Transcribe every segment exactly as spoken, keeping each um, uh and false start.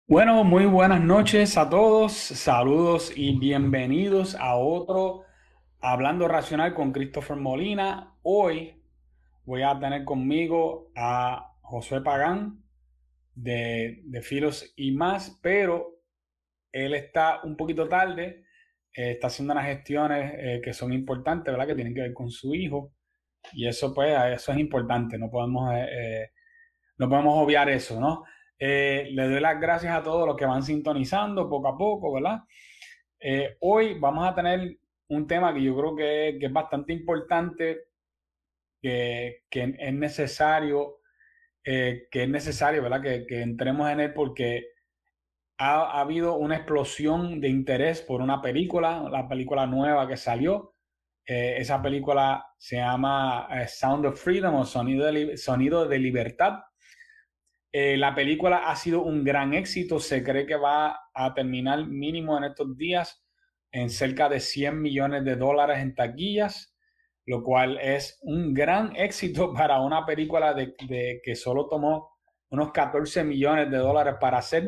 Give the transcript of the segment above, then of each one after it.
Bueno, muy buenas noches a todos, saludos y bienvenidos a otro Hablando Racional con Christopher Molina. Hoy voy a tener conmigo a Josué Pagán de, de Filos y más, pero él está un poquito tarde, eh, está haciendo unas gestiones eh, que son importantes, ¿verdad? Que tienen que ver con su hijo y eso pues, eso es importante, no podemos eh, eh, no podemos obviar eso, ¿no? Eh, le doy las gracias a todos los que van sintonizando poco a poco, ¿verdad? Eh, hoy vamos a tener un tema que yo creo que, que es bastante importante, que, que es necesario, eh, que es necesario, ¿verdad? Que, que entremos en él porque ha, ha habido una explosión de interés por una película, la película nueva que salió. Eh, esa película se llama eh, Sound of Freedom o Sonido de, Li- Sonido de Libertad. Eh, la película ha sido un gran éxito, se cree que va a terminar mínimo en estos días en cerca de cien millones de dólares en taquillas, lo cual es un gran éxito para una película de, de que solo tomó unos catorce millones de dólares para hacer.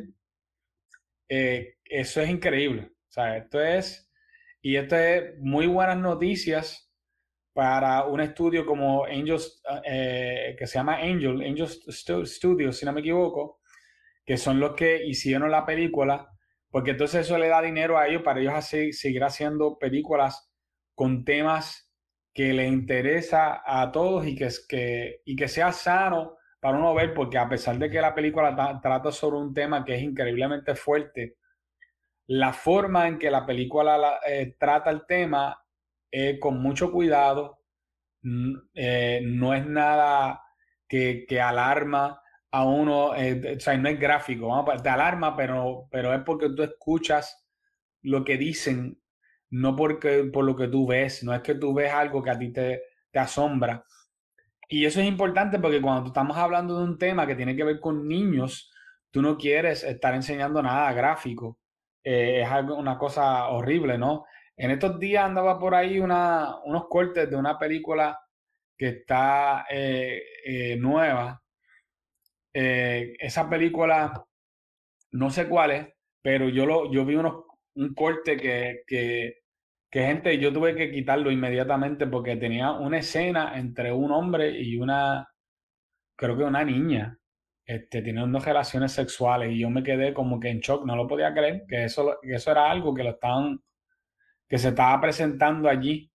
Eh, eso es increíble. O sea, esto es, y esto es muy buenas noticias para un estudio como Angels, eh, que se llama Angel, Angel Studios, si no me equivoco, que son los que hicieron la película, porque entonces eso le da dinero a ellos para ellos así, seguir haciendo películas con temas que les interesa a todos y que, que, y que sea sano para uno ver, porque a pesar de que la película ta- trata sobre un tema que es increíblemente fuerte, la forma en que la película la- eh, trata el tema eh, con mucho cuidado, mm, eh, no es nada que, que alarma a uno, eh, o sea, no es gráfico, vamos, a- te alarma, pero, pero es porque tú escuchas lo que dicen, no porque, por lo que tú ves, no es que tú ves algo que a ti te, te asombra. Y eso es importante porque cuando tú estamos hablando de un tema que tiene que ver con niños, tú no quieres estar enseñando nada gráfico. Eh, es algo, una cosa horrible, ¿no? En estos días andaba por ahí una, unos cortes de una película que está eh, eh, nueva. Eh, esa película, no sé cuál es, pero yo, lo, yo vi unos, un corte que, que, que gente, yo tuve que quitarlo inmediatamente porque tenía una escena entre un hombre y una creo que una niña, este, teniendo relaciones sexuales y yo me quedé como que en shock, no lo podía creer, que eso, que eso era algo que lo estaban, que se estaba presentando allí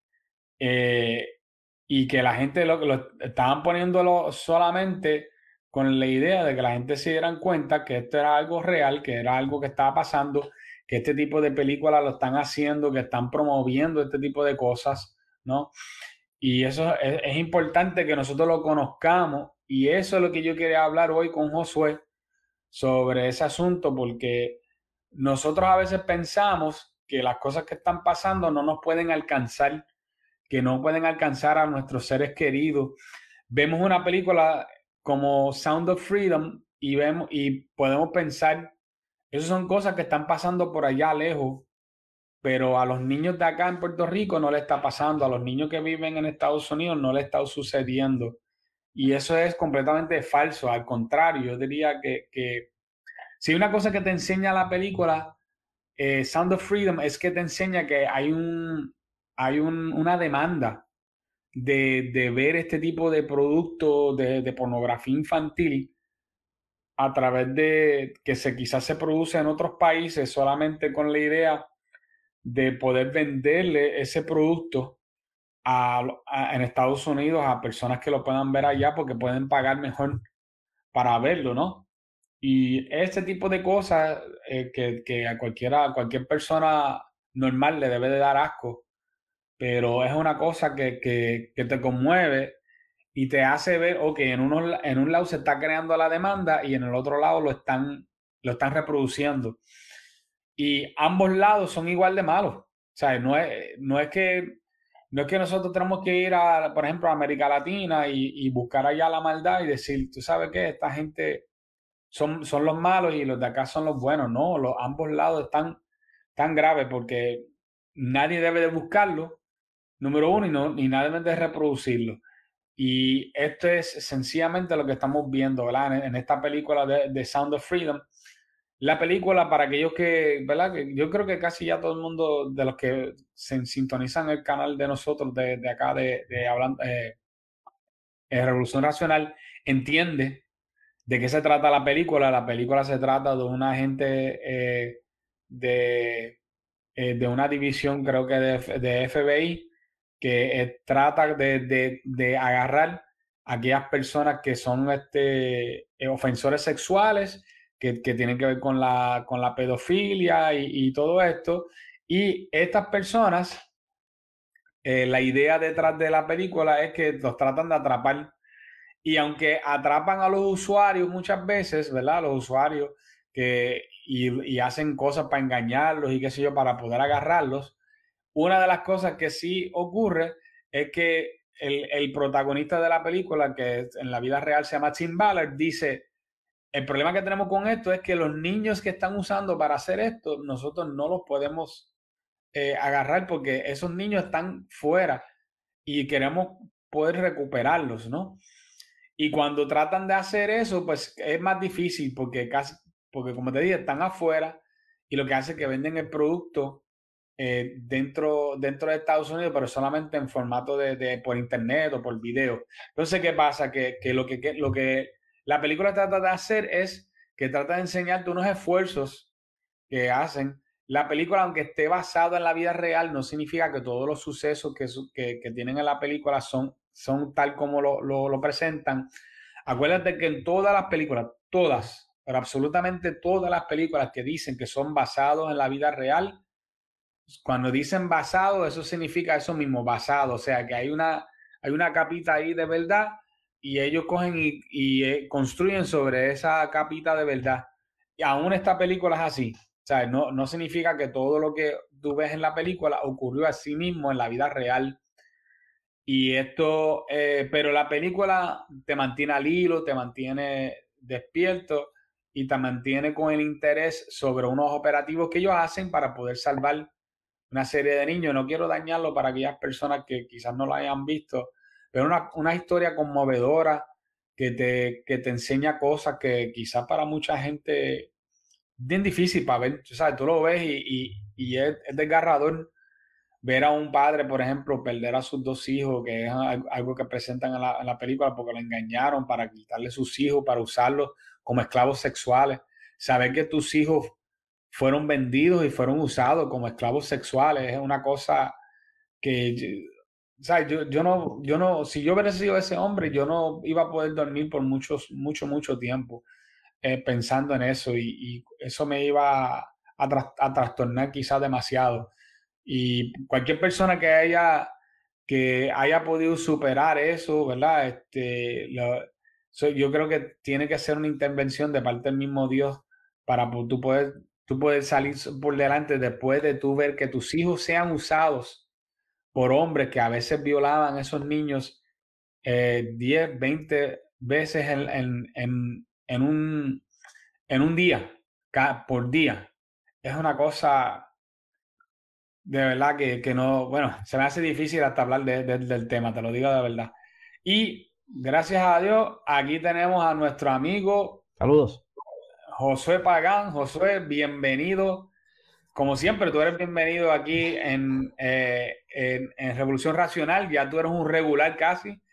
eh, y que la gente lo, lo estaban poniéndolo solamente con la idea de que la gente se dieran cuenta que esto era algo real, que era algo que estaba pasando, que este tipo de películas lo están haciendo, que están promoviendo este tipo de cosas, ¿no? Y eso es, es importante que nosotros lo conozcamos y eso es lo que yo quería hablar hoy con Josué sobre ese asunto porque nosotros a veces pensamos que las cosas que están pasando no nos pueden alcanzar, que no pueden alcanzar a nuestros seres queridos. Vemos una película como Sound of Freedom y vemos y podemos pensar, esas son cosas que están pasando por allá lejos, pero a los niños de acá en Puerto Rico no le está pasando, a los niños que viven en Estados Unidos no le está sucediendo. Y eso es completamente falso. Al contrario, yo diría que, que si hay una cosa que te enseña la película eh, Sound of Freedom es que te enseña que hay, un, hay un, una demanda de, de ver este tipo de productos de, de pornografía infantil a través de que se quizás se produce en otros países solamente con la idea de poder venderle ese producto a, a- en Estados Unidos a personas que lo puedan ver allá porque pueden pagar mejor para verlo, ¿no? Y este tipo de cosas eh, que, que a cualquiera, a cualquier persona normal le debe de dar asco, pero es una cosa que, que, que te conmueve y te hace ver, ok, en, uno, en un lado se está creando la demanda y en el otro lado lo están, lo están reproduciendo. Y ambos lados son igual de malos. O sea, no es, no es que, no es que nosotros tenemos que ir a, por ejemplo, a América Latina y, y buscar allá la maldad y decir, tú sabes qué, esta gente son, son los malos y los de acá son los buenos. No, los, ambos lados están tan graves porque nadie debe de buscarlo, número uno, y, no, y nadie debe de reproducirlo. Y esto es sencillamente lo que estamos viendo, ¿verdad? En, en esta película de, de Sound of Freedom. La película, para aquellos que, ¿verdad? Que yo creo que casi ya todo el mundo de los que se sintonizan el canal de nosotros, de, de acá, de, de hablando, eh, eh, Revolución Racional, entiende de qué se trata la película. La película se trata de un agente eh, de, eh, de una división, creo que de, F- de F B I, que eh, trata de, de- de agarrar a aquellas personas que son este, eh, ofensores sexuales, que, que tienen que ver con la, con la pedofilia y, y todo esto. Y estas personas, eh, la idea detrás de la película es que los tratan de atrapar y aunque atrapan a los usuarios muchas veces, ¿verdad? Los usuarios que y, y hacen cosas para engañarlos y qué sé yo, para poder agarrarlos, una de las cosas que sí ocurre es que el, el protagonista de la película, que en la vida real se llama Tim Ballard, dice, el problema que tenemos con esto es que los niños que están usando para hacer esto, nosotros no los podemos eh, agarrar porque esos niños están fuera y queremos poder recuperarlos, ¿no? Y cuando tratan de hacer eso, pues es más difícil porque casi, porque como te dije, están afuera y lo que hace es que venden el producto eh, dentro, dentro de Estados Unidos, pero solamente en formato de, de por internet o por video. Entonces, ¿qué pasa? Que, que, lo que, que lo que la película trata de hacer es que trata de enseñarte unos esfuerzos que hacen. La película, aunque esté basada en la vida real, no significa que todos los sucesos que, que, que tienen en la película son, son tal como lo, lo, lo presentan. Acuérdate que en todas las películas, todas, pero absolutamente todas las películas que dicen que son basados en la vida real, cuando dicen basado, eso significa eso mismo, basado, o sea que hay una, hay una capita ahí de verdad y ellos cogen y, y eh, construyen sobre esa capita de verdad. Y aún esta película es así, o sea, no, no significa que todo lo que tú ves en la película ocurrió así mismo en la vida real. Y esto, eh, pero la película te mantiene al hilo, te mantiene despierto y te mantiene con el interés sobre unos operativos que ellos hacen para poder salvar una serie de niños. No quiero dañarlo para aquellas personas que quizás no lo hayan visto, pero una, una historia conmovedora que te, que te enseña cosas que quizás para mucha gente bien difícil para ver. Tú sabes, tú lo ves y, y, y es, es desgarrador ver a un padre, por ejemplo, perder a sus dos hijos, que es algo que presentan en la, en la película porque lo engañaron para quitarle sus hijos, para usarlos como esclavos sexuales. Saber que tus hijos fueron vendidos y fueron usados como esclavos sexuales es una cosa que, ¿sabes? Yo, yo no, yo no, si yo hubiera sido ese hombre, yo no iba a poder dormir por muchos, mucho, mucho tiempo eh, pensando en eso y, y eso me iba a, tras- a trastornar quizás demasiado. Y cualquier persona que haya, que haya podido superar eso, ¿verdad? Este, lo- so- yo creo que tiene que ser una intervención de parte del mismo Dios para po- tú poder, tú poder salir por delante después de tú ver que tus hijos sean usados por hombres que a veces violaban a esos niños eh, diez, veinte veces en, en, en, en un, en un día, ca- por día. Es una cosa de verdad que, que no, bueno, se me hace difícil hasta hablar de- de- del tema, te lo digo de verdad. Y gracias a Dios, aquí tenemos a nuestro amigo Saludos. Josué Pagán. Josué, bienvenido. Como siempre, tú eres bienvenido aquí en, eh, en, en Revolución Racional. Ya tú eres un regular casi.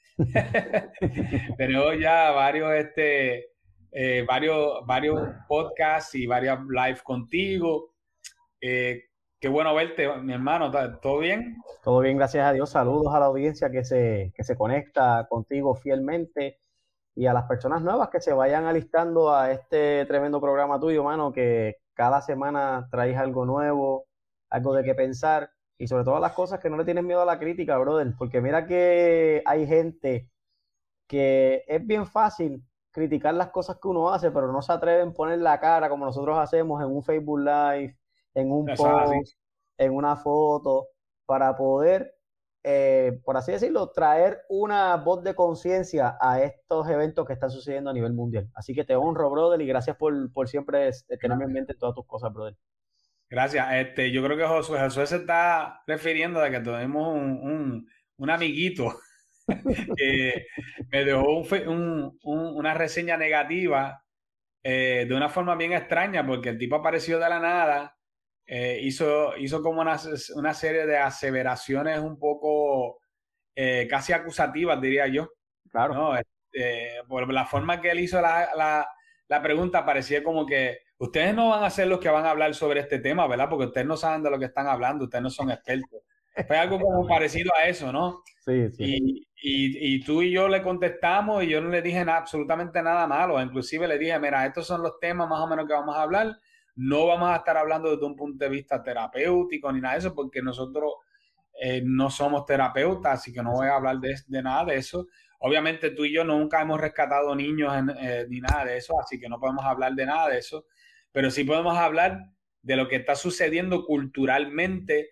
Tenemos ya varios, este, eh, varios, varios podcasts y varias live contigo. Eh, qué bueno verte, mi hermano. ¿Todo bien? Todo bien, gracias a Dios. Saludos a la audiencia que se, que se conecta contigo fielmente y a las personas nuevas que se vayan alistando a este tremendo programa tuyo, mano, que cada semana traes algo nuevo, algo de qué pensar y sobre todo las cosas que no le tienes miedo a la crítica, brother, porque mira que hay gente que es bien fácil criticar las cosas que uno hace, pero no se atreven a poner la cara como nosotros hacemos en un Facebook Live, en un Eso es así. post, en una foto, para poder, eh, por así decirlo, traer una voz de conciencia a estos eventos que están sucediendo a nivel mundial. Así que te honro, brother, y gracias por, por siempre tenerme en mente todas tus cosas, brother. Gracias. Este, yo creo que Josué, Josué se está refiriendo a que tenemos un, un, un amiguito que me dejó un fe- un- un- una reseña negativa eh, de una forma bien extraña, porque el tipo apareció de la nada, eh, hizo, hizo como una, una serie de aseveraciones un poco eh, casi acusativas, diría yo, Claro. ¿no? Este, por la forma que él hizo la, la, la pregunta, parecía como que ustedes no van a ser los que van a hablar sobre este tema, ¿verdad? Porque ustedes no saben de lo que están hablando, ustedes no son expertos. Fue algo como parecido a eso, ¿no? Sí, sí. Y, y, y tú y yo le contestamos y yo no le dije nada, absolutamente nada malo. Inclusive le dije, mira, estos son los temas más o menos que vamos a hablar. No vamos a estar hablando desde un punto de vista terapéutico ni nada de eso, porque nosotros eh, no somos terapeutas, así que no voy a hablar de, de nada de eso. Obviamente tú y yo nunca hemos rescatado niños en, eh, ni nada de eso, así que no podemos hablar de nada de eso, pero sí podemos hablar de lo que está sucediendo culturalmente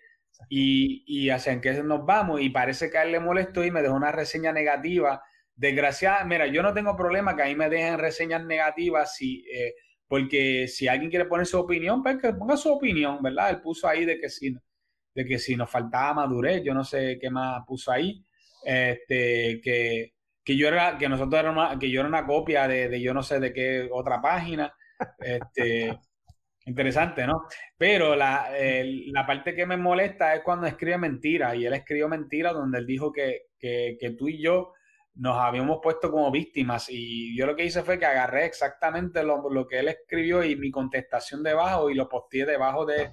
y, y hacia qué nos vamos. Y parece que a él le molestó y me dejó una reseña negativa. Desgraciada, mira, yo no tengo problema que a mí me dejen reseñas negativas si, eh, porque si alguien quiere poner su opinión, pues que ponga su opinión, ¿verdad? Él puso ahí de que si, de que si nos faltaba madurez, yo no sé qué más puso ahí, este, que, que yo era, que nosotros éramos, que yo era una copia de, de yo no sé de qué otra página, este, interesante, ¿no? Pero la, eh, la parte que me molesta es cuando escribe mentiras, y él escribió mentiras donde él dijo que, que, que tú y yo nos habíamos puesto como víctimas, y yo lo que hice fue que agarré exactamente lo, lo que él escribió y mi contestación debajo y lo posteé debajo de,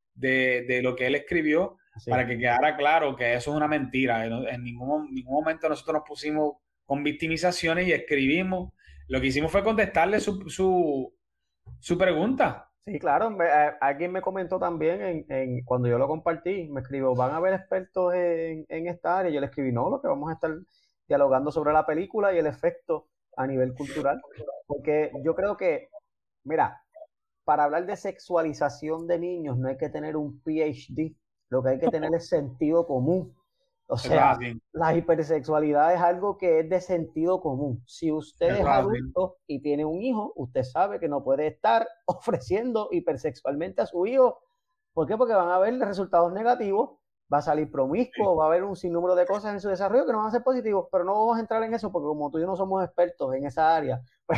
de, de lo que él escribió Sí. para que quedara claro que eso es una mentira. En, en ningún, ningún momento nosotros nos pusimos con victimizaciones y escribimos. Lo que hicimos fue contestarle su, su, su pregunta. Sí, claro. me- eh, alguien me comentó también en, en- cuando yo lo compartí, me escribió, ¿van a haber expertos en, en esta área? Yo le escribí, no, lo que vamos a estar dialogando sobre la película y el efecto a nivel cultural. Porque yo creo que, mira, para hablar de sexualización de niños no hay que tener un PhD, lo que hay que tener es sentido común. O Eso es sea, así. la hipersexualidad es algo que es de sentido común. Si usted Eso es es así. adulto y tiene un hijo, usted sabe que no puede estar ofreciendo hipersexualmente a su hijo. ¿Por qué? Porque van a haber resultados negativos, va a salir Sí. promiscuo, va a haber un sinnúmero de cosas en su desarrollo que no van a ser positivos, pero no vamos a entrar en eso porque como tú y yo no somos expertos en esa área, pues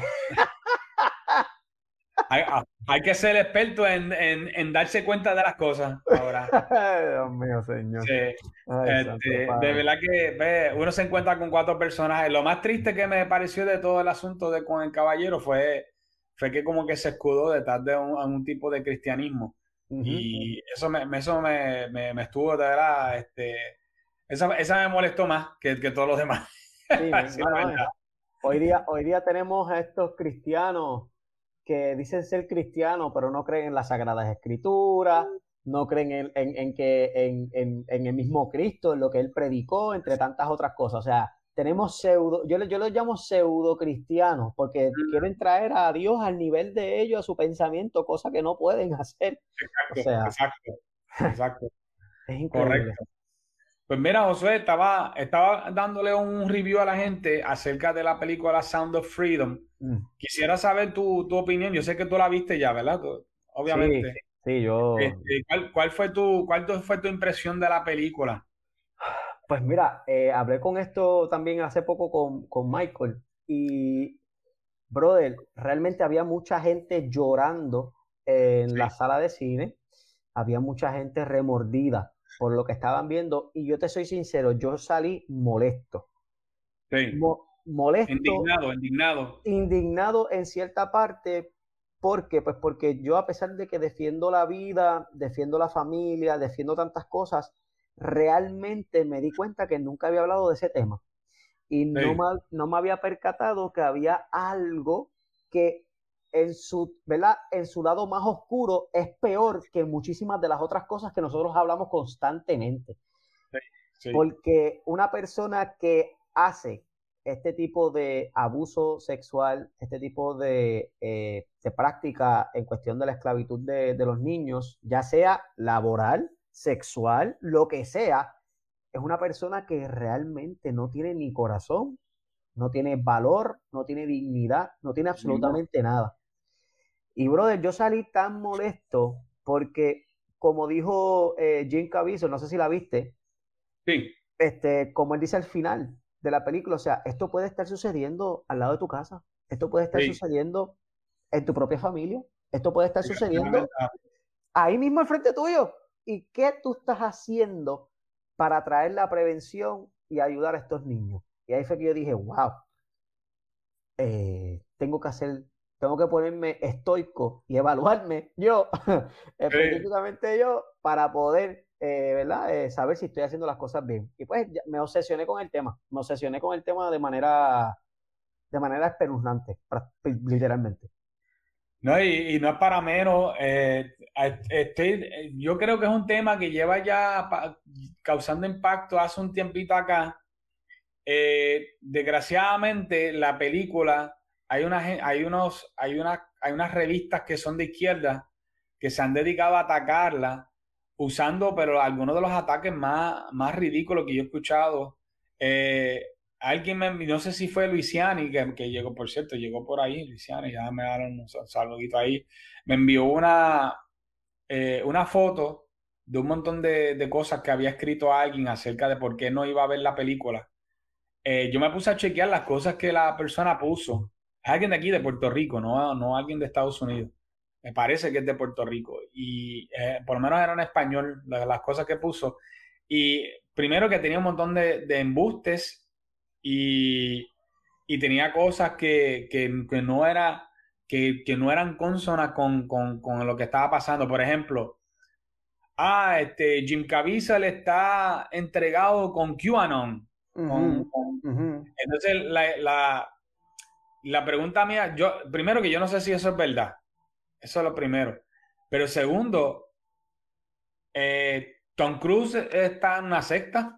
Hay, hay que ser experto en, en, en darse cuenta de las cosas ahora. Dios mío, señor. Sí. Ay, santo Este, de padre. verdad que ve, uno se encuentra con cuatro personajes. Lo más triste que me pareció de todo el asunto de con el caballero fue, fue que como que se escudó detrás de un, un tipo de cristianismo. Ujú. Y eso me, me- eso me, me, me estuvo de verdad, este, esa, esa me molestó más que, que todos los demás. Sí, Para no, decir la no, eh. verdad. Hoy día, hoy día tenemos a estos cristianos que dicen ser cristianos, pero no creen en las Sagradas Escrituras, no creen en, en- en que en, en- en el mismo Cristo, en lo que él predicó, entre tantas otras cosas. O sea, tenemos pseudo, yo, le- yo los llamo pseudo cristianos, porque quieren traer a Dios al nivel de ellos, a su pensamiento, cosa que no pueden hacer. O Exacto, sea, exacto, exacto, es increíble. correcto. Pues mira, Josué, estaba, estaba dándole un review a la gente acerca de la película Sound of Freedom. Mm. Quisiera saber tu, tu opinión. Yo sé que tú la viste ya, ¿verdad? Tú- Sí, obviamente. sí, yo, Este, ¿cuál, cuál fue tu, cuál tu- fue tu impresión de la película? pues mira, eh, hablé con esto también hace poco con, con Michael y, brother, realmente había mucha gente llorando en Sí, la sala de cine, había mucha gente remordida por lo que estaban viendo y yo te soy sincero, yo salí molesto, sí. Mo- molesto, Indignado, indignado. indignado en cierta parte. ¿Por qué? Pues porque yo, a pesar de que defiendo la vida, defiendo la familia, defiendo tantas cosas, realmente me di cuenta que nunca había hablado de ese tema y no Sí, me, no me había percatado que había algo que en su, ¿verdad? En su lado más oscuro es peor que muchísimas de las otras cosas que nosotros hablamos constantemente. sí, sí. Porque una persona que hace este tipo de abuso sexual, este tipo de, eh, de práctica en cuestión de la esclavitud de, de los niños, ya sea laboral, sexual, lo que sea, es una persona que realmente no tiene ni corazón, no tiene valor, no tiene dignidad, no tiene Ninguno. absolutamente nada. Y brother, yo salí tan molesto porque, como dijo eh, Jim Caviezel, no sé si la viste, Sí, este, como él dice al final de la película, o sea, esto puede estar sucediendo al lado de tu casa, esto puede estar sí, sucediendo en tu propia familia. Esto puede estar sucediendo ahí mismo al frente tuyo. ¿Y qué tú estás haciendo para traer la prevención y ayudar a estos niños? Y ahí fue que yo dije, wow, eh, tengo que hacer, tengo que ponerme estoico y evaluarme yo, específicamente yo, para poder, eh, ¿verdad? Eh, saber si estoy haciendo las cosas bien. Y pues ya me obsesioné con el tema, me obsesioné con el tema de manera, de manera espeluznante, literalmente. No, y, y no es para menos. eh, estoy, yo creo que es un tema que lleva ya pa- causando impacto hace un tiempito acá. Eh, desgraciadamente, la película, hay unas, hay unos, hay unas, hay unas revistas que son de izquierda que se han dedicado a atacarla usando, pero algunos de los ataques más, más ridículos que yo he escuchado. Eh, alguien me, no sé si fue Luisiani, que, que llegó, por cierto, llegó por ahí, Luisiani, ya me dieron un saludito ahí, me envió una, eh, una foto de un montón de, de cosas que había escrito alguien acerca de por qué no iba a ver la película. Eh, yo me puse a chequear las cosas que la persona puso. Es alguien de aquí, de Puerto Rico, no, no alguien de Estados Unidos. Me parece que es de Puerto Rico. Y eh, por lo menos era en español la- las cosas que puso. Y primero que tenía un montón de, de embustes y, y tenía cosas que, que, que no era, que, que no eran consonas con, con, con lo que estaba pasando. Por ejemplo, ah, este, Jim Caviezel está entregado con QAnon. Con, Uh-huh, con- uh-huh. Entonces, la, la, la pregunta mía, yo, primero que yo no sé si eso es verdad. Eso es lo primero. Pero segundo, eh, Tom Cruise está en una secta.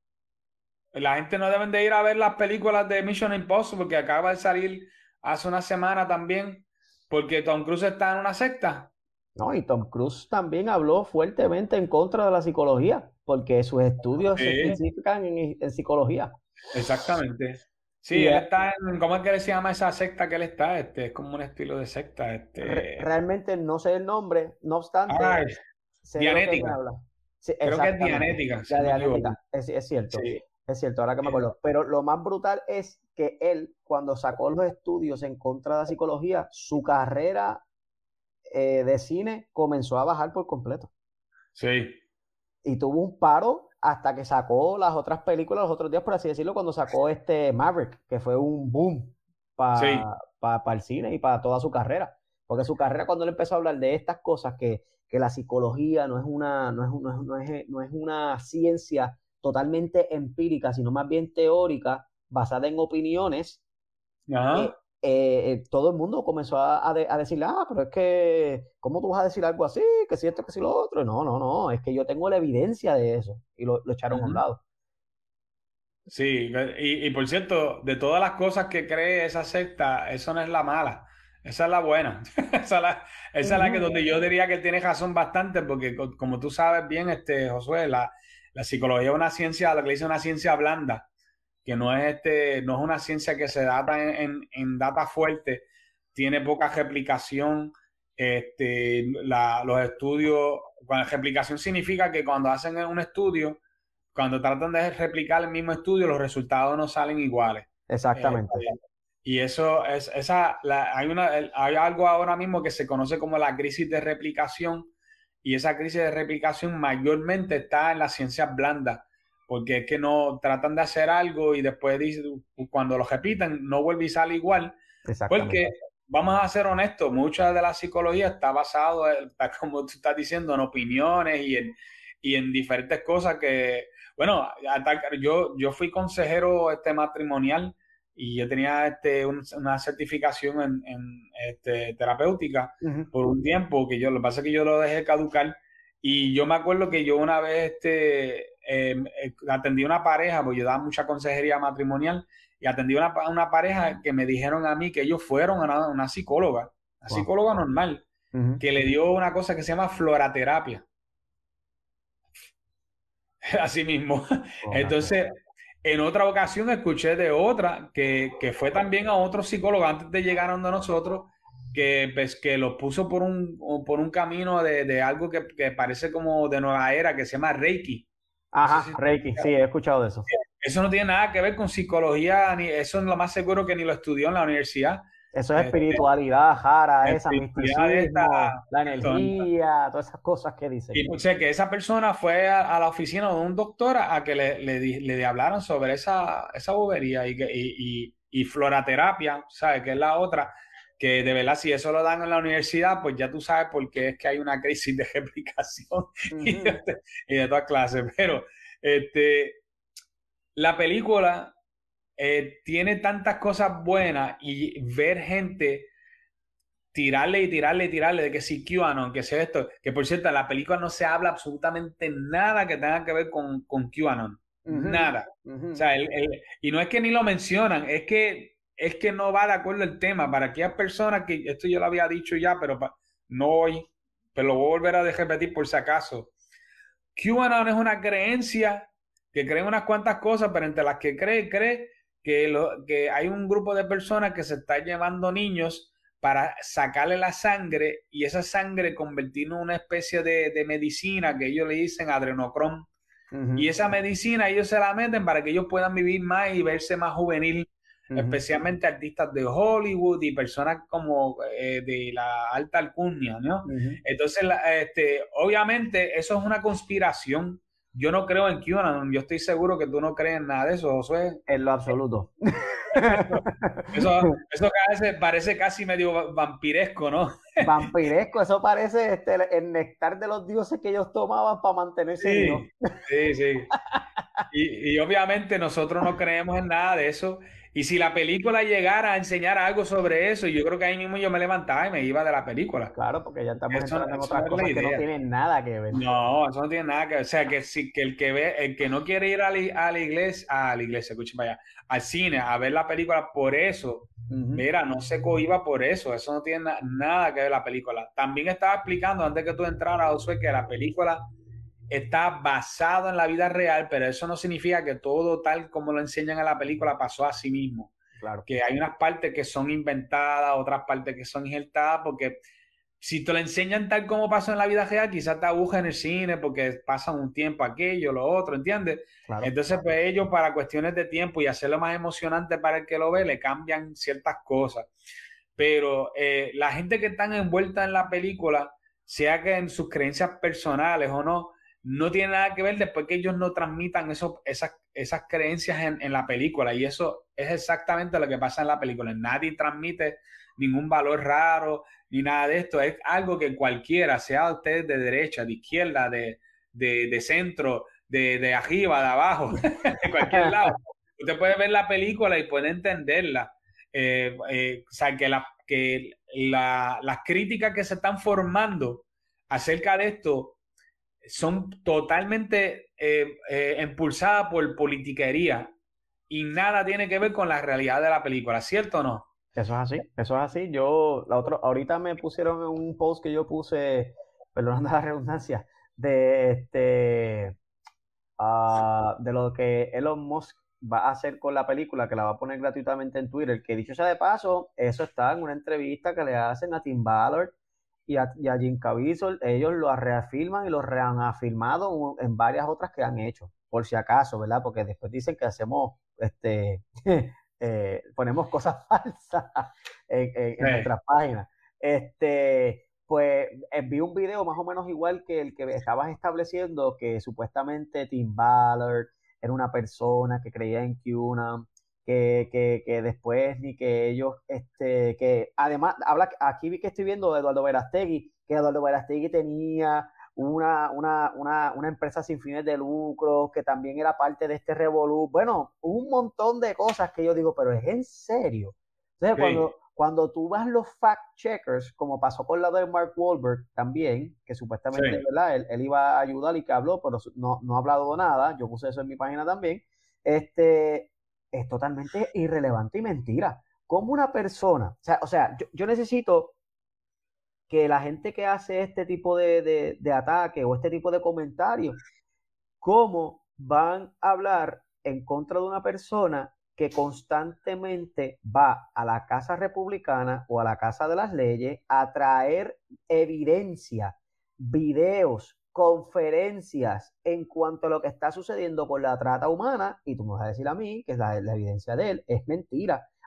La gente no debe de ir a ver las películas de Mission Impossible que acaba de salir hace una semana también, porque Tom Cruise está en una secta. No, y Tom Cruise también habló fuertemente en contra de la psicología, porque sus estudios se Sí, especifican en, en psicología. exactamente. Sí, Y él eh, está en, ¿cómo es que se llama esa secta que él está? Este, es como un estilo de secta, re- este, realmente no sé el nombre, no obstante, ay, sé de lo que me Dianética. habla. Sí, Creo que es exactamente. Dianética, si La no me equivoco. dianética, es, es cierto, Sí. es cierto, ahora que me Eh, acuerdo. Pero lo más brutal es que él, cuando sacó los estudios en contra de la psicología, su carrera eh, de cine comenzó a bajar por completo. Sí, Y tuvo un paro hasta que sacó las otras películas los otros días, por así decirlo, cuando sacó este Maverick, que fue un boom para sí. pa, pa el cine y para toda su carrera. Porque su carrera, cuando él empezó a hablar de estas cosas, que, que la psicología no es, una, no, es, no, es, no, es, no es una ciencia totalmente empírica, sino más bien teórica, basada en opiniones, eh, Ajá. eh, eh, todo el mundo comenzó a, a, de, a, decirle, ah, pero es que, ¿cómo tú vas a decir algo así? Que si esto, que si lo otro. No, no, no, es que yo tengo la evidencia de eso. Y lo, lo echaron a un Ujú. lado. Sí, y, y por cierto, de todas las cosas que cree esa secta, eso no es la mala, esa es la buena. Esa es la, esa es la que Uh-huh. donde yo diría que tiene razón bastante, porque co- como tú sabes bien, este, Josué, la, la psicología es una ciencia, lo que le dice una ciencia blanda, que no es este, no es una ciencia que se data en, en, en data fuerte, tiene poca replicación. Este, la, los estudios, cuando replicación significa que cuando hacen un estudio, cuando tratan de replicar el mismo estudio, los resultados no salen iguales. Eh, Exactamente. y eso es, esa, la- hay una, hay algo ahora mismo que se conoce como la crisis de replicación, y esa crisis de replicación mayormente está en las ciencias blandas, porque es que no tratan de hacer algo y después dicen, cuando lo repiten, no vuelve y sale igual, porque Exactamente. vamos a ser honestos, mucha de la psicología está basado, está, como tú estás diciendo, en opiniones y en, y en diferentes cosas que, bueno, hasta- yo, yo fui consejero este, matrimonial y yo tenía este, un- una certificación en, en, este, terapéutica Uh-huh. por un tiempo, que yo, lo que pasa es que yo lo dejé caducar, y yo me acuerdo que yo una vez este, eh, eh, atendí a una pareja, porque yo daba mucha consejería matrimonial, y atendí a una, una pareja que me dijeron a mí que ellos fueron a una, una psicóloga, una Wow. psicóloga normal, Uh-huh. que le dio una cosa que se llama floraterapia. Así mismo. Órale. Entonces, en otra ocasión escuché de otra que, que fue también a otro psicólogo antes de llegar a donde nosotros, que, pues, que los puso por un, por un camino de, de algo que, que parece como de nueva era, que se llama Reiki. No sé Ajá, si Reiki, sí, he escuchado de eso. eso no tiene nada que ver con psicología, ni eso es lo más seguro que ni lo estudió en la universidad, Eso es Este, espiritualidad, jara, la esa, espiritualidad de esta misticismo, la persona. energía, todas esas cosas que dicen. Y o sea, que esa persona fue a, a la oficina de un doctor a, a que le, le, di- le hablaran sobre esa, esa bobería y, que, y, y, y floraterapia, ¿sabes? Que es la otra, que de verdad si eso lo dan en la universidad, pues ya tú sabes por qué es que hay una crisis de replicación y Ujú. de, y de todas clases. Pero este, la película eh, tiene tantas cosas buenas y ver gente tirarle y tirarle y tirarle de que si QAnon, que sea esto, que por cierto, en la película no se habla absolutamente nada que tenga que ver con, con QAnon, Ujú, nada. O ujú. sea, el, el- y no es que ni lo mencionan, es que, es que no va de acuerdo el tema. Para aquellas personas que, esto yo lo había dicho ya, pero pa- no hoy, pero lo voy a volver a repetir por si acaso. QAnon es una creencia que cree unas cuantas cosas, pero entre las que cree, cree que, lo, que hay un grupo de personas que se está llevando niños para sacarle la sangre y esa sangre convertirla en una especie de, de medicina que ellos le dicen adrenocrom. Y Ujú, esa medicina ellos se la meten para que ellos puedan vivir más y verse más juvenil, ujú, especialmente artistas de Hollywood y personas como eh, de la alta alcurnia, ¿no? ujú. Entonces, la, este, obviamente, eso es una conspiración. Yo no creo en QAnon, yo estoy seguro que tú no crees en nada de eso, Josué. En lo absoluto. Eso, eso parece, parece casi medio vampiresco, ¿no? Vampiresco, eso parece este, el nectar de los dioses que ellos tomaban para mantenerse vivos. Sí, sí, sí. Y, y obviamente nosotros no creemos en nada de eso. Y si la película llegara a enseñar algo sobre eso, yo creo que ahí mismo yo me levantaba y me iba de la película. Claro, porque ya estamos Eso, entrando en eso otras no es la cosas que no idea. tienen nada que ver. No, eso no tiene nada que ver. O sea, que, si, que el que ve, el que no quiere ir a la, a la iglesia, a la iglesia, escuchen para allá, al cine, a ver la película por eso, Ujú. mira, no se cohiba por eso. Eso no tiene na- nada que ver la película. También estaba explicando antes que tú entraras, Josué, que la película está basado en la vida real, pero eso no significa que todo tal como lo enseñan en la película pasó a sí mismo. Claro. Que hay unas partes que son inventadas, otras partes que son injertadas, porque si te lo enseñan tal como pasó en la vida real, quizás te aguja en el cine porque pasan un tiempo aquello, lo otro, ¿entiendes? Claro. Entonces, pues ellos para cuestiones de tiempo y hacerlo más emocionante para el que lo ve, le cambian ciertas cosas. Pero eh, la gente que está envuelta en la película, sea que en sus creencias personales o no, no tiene nada que ver después que ellos no transmitan eso, esas, esas creencias en, en la película. Y eso es exactamente lo que pasa en la película. Nadie transmite ningún valor raro ni nada de esto. Es algo que cualquiera, sea usted de derecha, de izquierda, de, de, de centro, de, de arriba, de abajo, de cualquier lado. Usted puede ver la película y puede entenderla. Eh, eh, o sea, que, la, que la, las críticas que se están formando acerca de esto son totalmente eh, eh, impulsadas por politiquería y nada tiene que ver con la realidad de la película, ¿cierto o no? Eso es así, eso es así. Yo, la otra, ahorita me pusieron en un post que yo puse, perdonando la redundancia, de este, ah, de lo que Elon Musk va a hacer con la película, que la va a poner gratuitamente en Twitter, que dicho sea de paso, eso está en una entrevista que le hacen a Tim Ballard y a, y a Jim Caviezel. Ellos lo reafirman y lo han afirmado en varias otras que han hecho, por si acaso, ¿verdad? Porque después dicen que hacemos, este, eh, ponemos cosas falsas en, en, en Sí, nuestras páginas. Este, pues eh, vi un video más o menos igual que el que estabas estableciendo, que supuestamente Tim Ballard era una persona que creía en QAnon, que, que, que después ni que ellos, este, que además, habla, aquí vi que estoy viendo de Eduardo Verastegui, que Eduardo Verastegui tenía una, una, una, una empresa sin fines de lucro, que también era parte de este revolú. Bueno, un montón de cosas que yo digo, pero es en serio. Entonces, sí, cuando, cuando tú vas los fact checkers, como pasó con la de Mark Wahlberg también, que supuestamente, sí. ¿verdad? Él, él iba a ayudar y que habló, pero no, no ha hablado de nada, yo puse eso en mi página también, este, es totalmente irrelevante y mentira. Como una persona, o sea, o sea yo, yo necesito que la gente que hace este tipo de, de, de ataque o este tipo de comentarios, cómo van a hablar en contra de una persona que constantemente va a la Casa Republicana o a la Casa de las Leyes a traer evidencia, videos, conferencias en cuanto a lo que está sucediendo con la trata humana, y tú me vas a decir a mí que la, la evidencia de él es mentira.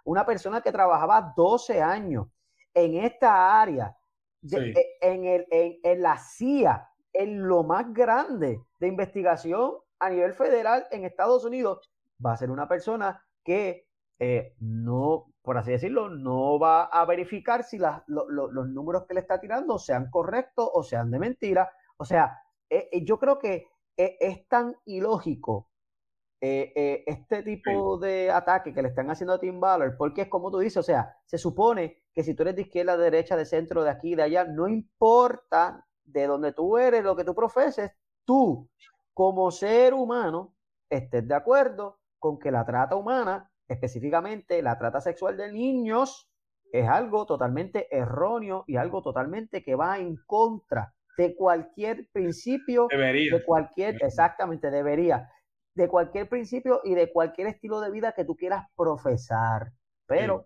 una persona que trabajaba doce años en esta área, de, Sí. en, el, en, en la C I A, en lo más grande de investigación a nivel federal en Estados Unidos, va a ser una persona que eh, no, por así decirlo, no va a verificar si la, lo, lo, los números que le está tirando sean correctos o sean de mentira. O sea, eh, eh, yo creo que eh, es tan ilógico eh, eh, este tipo Sí. de ataque que le están haciendo a Tim Ballard, porque es como tú dices, o sea, se supone que si tú eres de izquierda, de derecha, de centro, de aquí, de allá, no importa de donde tú eres, lo que tú profeses, tú, como ser humano, estés de acuerdo con que la trata humana, específicamente la trata sexual de niños, es algo totalmente erróneo y algo totalmente que va en contra de cualquier principio, Debería. de cualquier, exactamente, debería de cualquier principio y de cualquier estilo de vida que tú quieras profesar. Sí. Pero,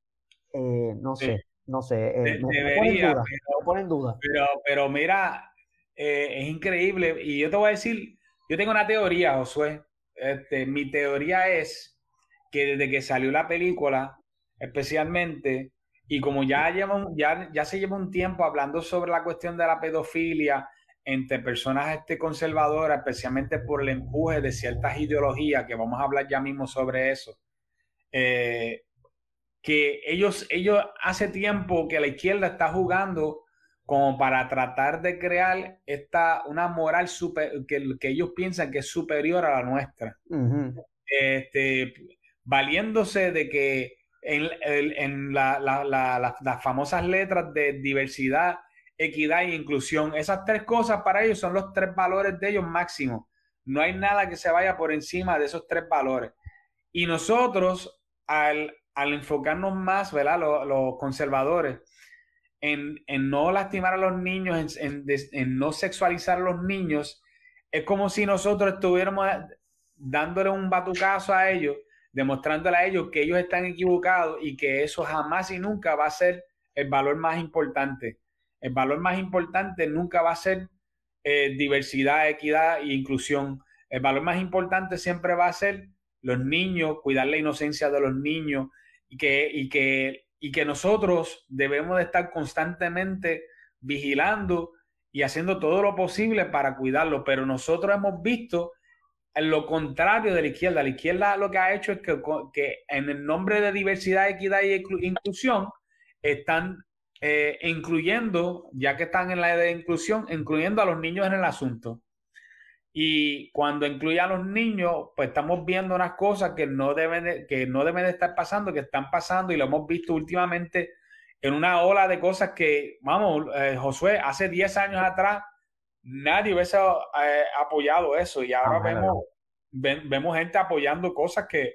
eh, no Sí. sé, no sé, eh, De- me, me pone en debería, duda, me pero, pone en duda. pero, pero mira, eh, es increíble. Y yo te voy a decir, yo tengo una teoría, Josué. Este, mi teoría es que desde que salió la película, especialmente, y como ya, lleva un- ya, ya se lleva un tiempo hablando sobre la cuestión de la pedofilia entre personas este, conservadoras, especialmente por el empuje de ciertas ideologías, que vamos a hablar ya mismo sobre eso. Eh, que ellos, ellos hace tiempo que la izquierda está jugando como para tratar de crear esta, una moral super, que, que ellos piensan que es superior a la nuestra. Ujú. Este, valiéndose de que en, en, en la, la, la, la, las famosas letras de diversidad, equidad e inclusión, esas tres cosas para ellos son los tres valores de ellos máximos. No hay nada que se vaya por encima de esos tres valores. Y nosotros, al, al enfocarnos más, ¿verdad? Los, los conservadores, en, en, no lastimar a los niños, en, en, en, no sexualizar a los niños, es como si nosotros estuviéramos dándole un batucazo a ellos, demostrándole a ellos que ellos están equivocados y que eso jamás y nunca va a ser el valor más importante. El valor más importante nunca va a ser eh, diversidad, equidad e inclusión. El valor más importante siempre va a ser los niños, cuidar la inocencia de los niños y que, y que, y que nosotros debemos de estar constantemente vigilando y haciendo todo lo posible para cuidarlo. Pero nosotros hemos visto en lo contrario de la izquierda. La izquierda lo que ha hecho es que, que en el nombre de diversidad, equidad e inclusión están eh, incluyendo, ya que están en la de inclusión, incluyendo a los niños en el asunto. Y cuando incluye a los niños, pues estamos viendo unas cosas que no deben de, que no deben de estar pasando, que están pasando y lo hemos visto últimamente en una ola de cosas que, vamos, eh, Josué, hace diez años atrás nadie hubiese eh, apoyado eso y ahora Jamás en la vida. vemos, ven, vemos gente apoyando cosas que,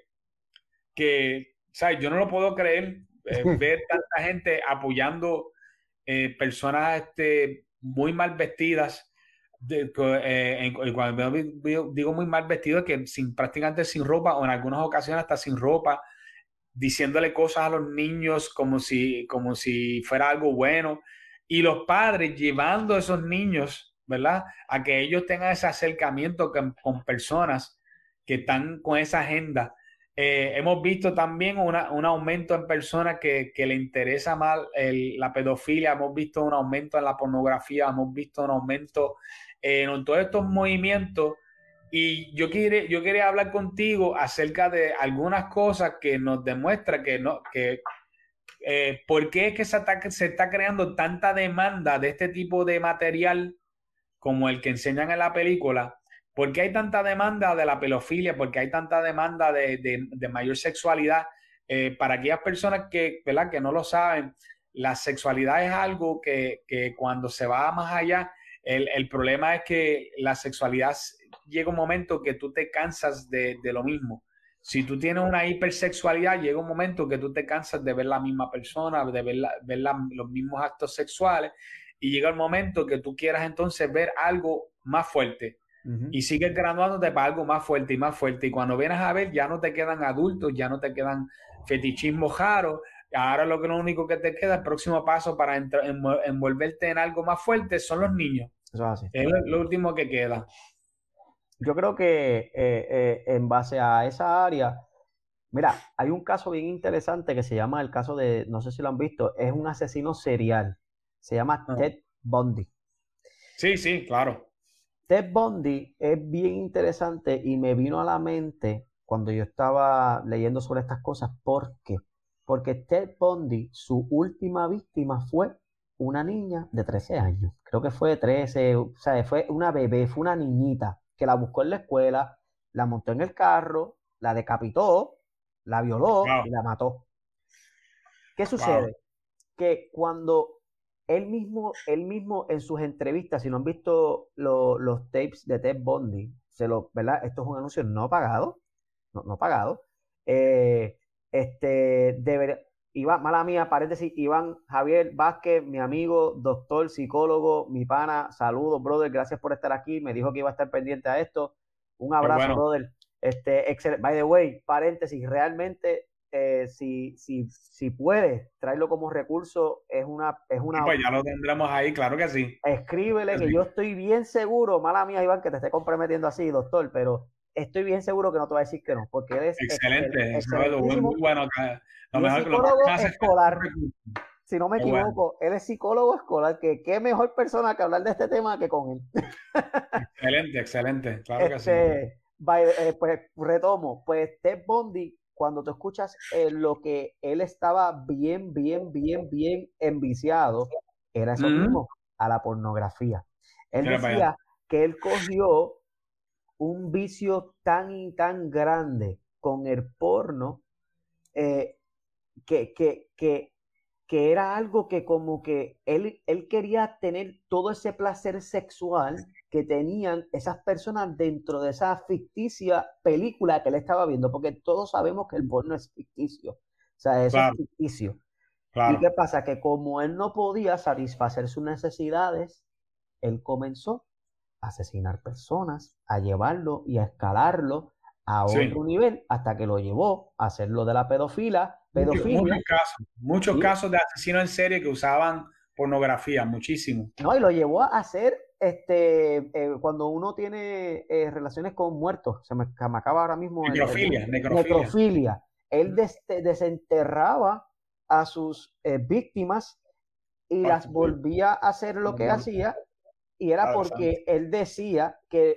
que ¿sabes? Yo no lo puedo creer, eh, ver tanta gente apoyando eh, personas este, muy mal vestidas. De, eh, en, cuando digo muy mal vestido, que sin, prácticamente sin ropa o en algunas ocasiones hasta sin ropa, diciéndole cosas a los niños como si, como si fuera algo bueno, y los padres llevando a esos niños, ¿verdad? A que ellos tengan ese acercamiento con, con personas que están con esa agenda. Eh, hemos visto también una, un aumento en personas que, que le interesa más el, la pedofilia, hemos visto un aumento en la pornografía, hemos visto un aumento en todos estos movimientos. Y yo, quiere, yo quería hablar contigo acerca de algunas cosas que nos demuestra que no, que eh, por qué es que se está, se está creando tanta demanda de este tipo de material como el que enseñan en la película. ¿Por qué hay tanta demanda de la pedofilia? ¿Por qué hay tanta demanda de, de, de mayor sexualidad? Eh, para aquellas personas que, ¿verdad? Que no lo saben, la sexualidad es algo que, que cuando se va más allá, el, el problema es que la sexualidad llega un momento que tú te cansas de, de lo mismo. Si tú tienes una hipersexualidad, llega un momento que tú te cansas de ver la misma persona, de ver, la, ver la, los mismos actos sexuales, y llega el momento que tú quieras entonces ver algo más fuerte. Uh-huh. Y sigues graduándote para algo más fuerte y más fuerte. Y cuando vienes a ver, ya no te quedan adultos, ya no te quedan fetichismos raros. Ahora lo que lo único que te queda, el próximo paso para envolverte en algo más fuerte son los niños. Eso es así. Es lo, lo último que queda. Yo creo que eh, eh, en base a esa área, Mira, hay un caso bien interesante que se llama el caso de, no sé si lo han visto, es un asesino serial. Se llama Ah. Ted Bundy. Sí, sí, claro. Ted Bundy es bien interesante y me vino a la mente cuando yo estaba leyendo sobre estas cosas. ¿Por qué? Porque Ted Bundy, su última víctima fue una niña de trece años. Creo que fue de trece, o sea, fue una bebé, fue una niñita que la buscó en la escuela, la montó en el carro, la decapitó, la violó Wow, y la mató. ¿Qué wow. sucede? Que cuando él mismo, él mismo en sus entrevistas, si no han visto lo- los tapes de Ted Bundy, se lo, ¿verdad? Esto es un anuncio no pagado, no, no pagado. Eh, este, debería, Iván, mala mía, paréntesis, Iván Javier Vázquez, mi amigo, doctor, psicólogo, mi pana, saludos, brother, gracias por estar aquí, me dijo que iba a estar pendiente a esto. Un Qué abrazo, bueno. brother. Este, excel- by the way, paréntesis, realmente eh, si, si, si puedes traerlo como recurso, es una, es Sí, una, pues ya lo tendremos ahí, claro que sí. escríbele Que que yo sí. estoy bien seguro, mala mía Iván, que te esté comprometiendo así, doctor, pero estoy bien seguro que no te va a decir que no, porque él es excel, Excelente, eso es lo muy, muy excelentísimo bueno. que- Lo y es mejor, lo más que psicólogo me hace falta es un escolar, recurso. si no me Qué bueno. equivoco, él es psicólogo escolar, que qué mejor persona que hablar de este tema que con él. Excelente, excelente, claro que sí. Este, by- eh, pues retomo, pues Ted Bundy, cuando tú escuchas eh, lo que él estaba bien, bien, bien, bien enviciado, era eso Ujú. mismo, a la pornografía. Él Mira para allá. decía que él cogió un vicio tan y tan grande con el porno eh, que, que, que, que era algo que como que él, él quería tener todo ese placer sexual que tenían esas personas dentro de esa ficticia película que él estaba viendo, porque todos sabemos que el porno es ficticio, o sea, eso es Claro, ficticio. ¿Y qué claro. pasa? Que como él no podía satisfacer sus necesidades, él comenzó a asesinar personas, a llevarlo y a escalarlo a otro Sí. nivel hasta que lo llevó a hacer lo de la pedofila, Muchos, pedofilia, muchos casos, muchos ¿sí? casos de asesinos en serie que usaban pornografía, muchísimo. ¿No? Y lo llevó a hacer este, eh, cuando uno tiene eh, relaciones con muertos, se me, se me acaba ahora mismo el, el Necrofilia, necrofilia. necrofilia. Él des, desenterraba a sus eh, víctimas y las volvía a hacer lo que hacía, y era Padre Santo. porque él decía que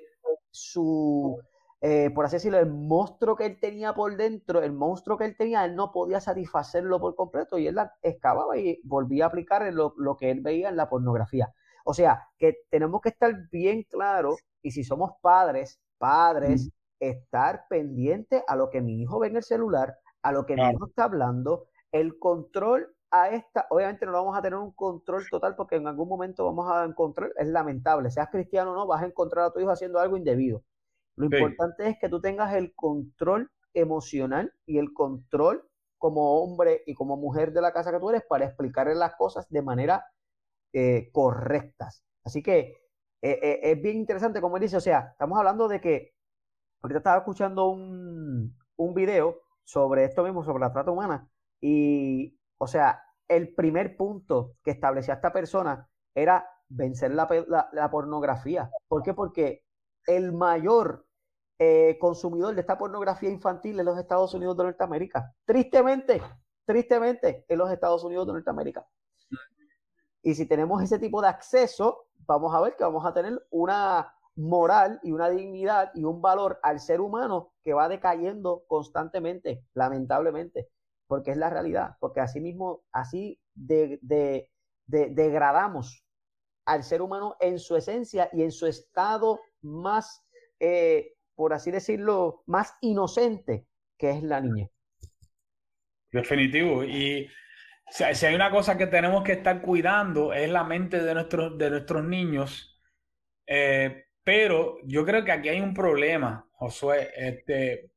su, eh, por así decirlo, el monstruo que él tenía por dentro, el monstruo que él tenía, él no podía satisfacerlo por completo y él la excavaba y volvía a aplicar lo, lo que él veía en la pornografía. O sea, que tenemos que estar bien claros y si somos padres, Mm. padres, estar pendiente a lo que mi hijo ve en el celular, a lo que mi Claro, hijo está hablando, el control a esta, obviamente no vamos a tener un control total porque en algún momento vamos a encontrar, es lamentable, seas cristiano o no, vas a encontrar a tu hijo haciendo algo indebido. Lo sí. importante es que tú tengas el control emocional y el control como hombre y como mujer de la casa que tú eres para explicarle las cosas de manera eh, correctas. Así que eh, eh, es bien interesante como él dice, o sea, estamos hablando de que ahorita estaba escuchando un, un video sobre esto mismo, sobre la trata humana, y, o sea, el primer punto que establecía esta persona era vencer la, la, la pornografía. ¿Por qué? Porque el mayor eh, consumidor de esta pornografía infantil en los Estados Unidos de Norteamérica. Tristemente, tristemente, en los Estados Unidos de Norteamérica. Y si tenemos ese tipo de acceso, vamos a ver que vamos a tener una moral y una dignidad y un valor al ser humano que va decayendo constantemente, lamentablemente, porque es la realidad, porque así mismo, así de, de, de, degradamos al ser humano en su esencia y en su estado más, eh, por así decirlo, más inocente, que es la niñez. Definitivo. Y si si hay una cosa que tenemos que estar cuidando es la mente de nuestros, de nuestros niños. Eh, pero yo creo que aquí hay un problema, Josué. Este,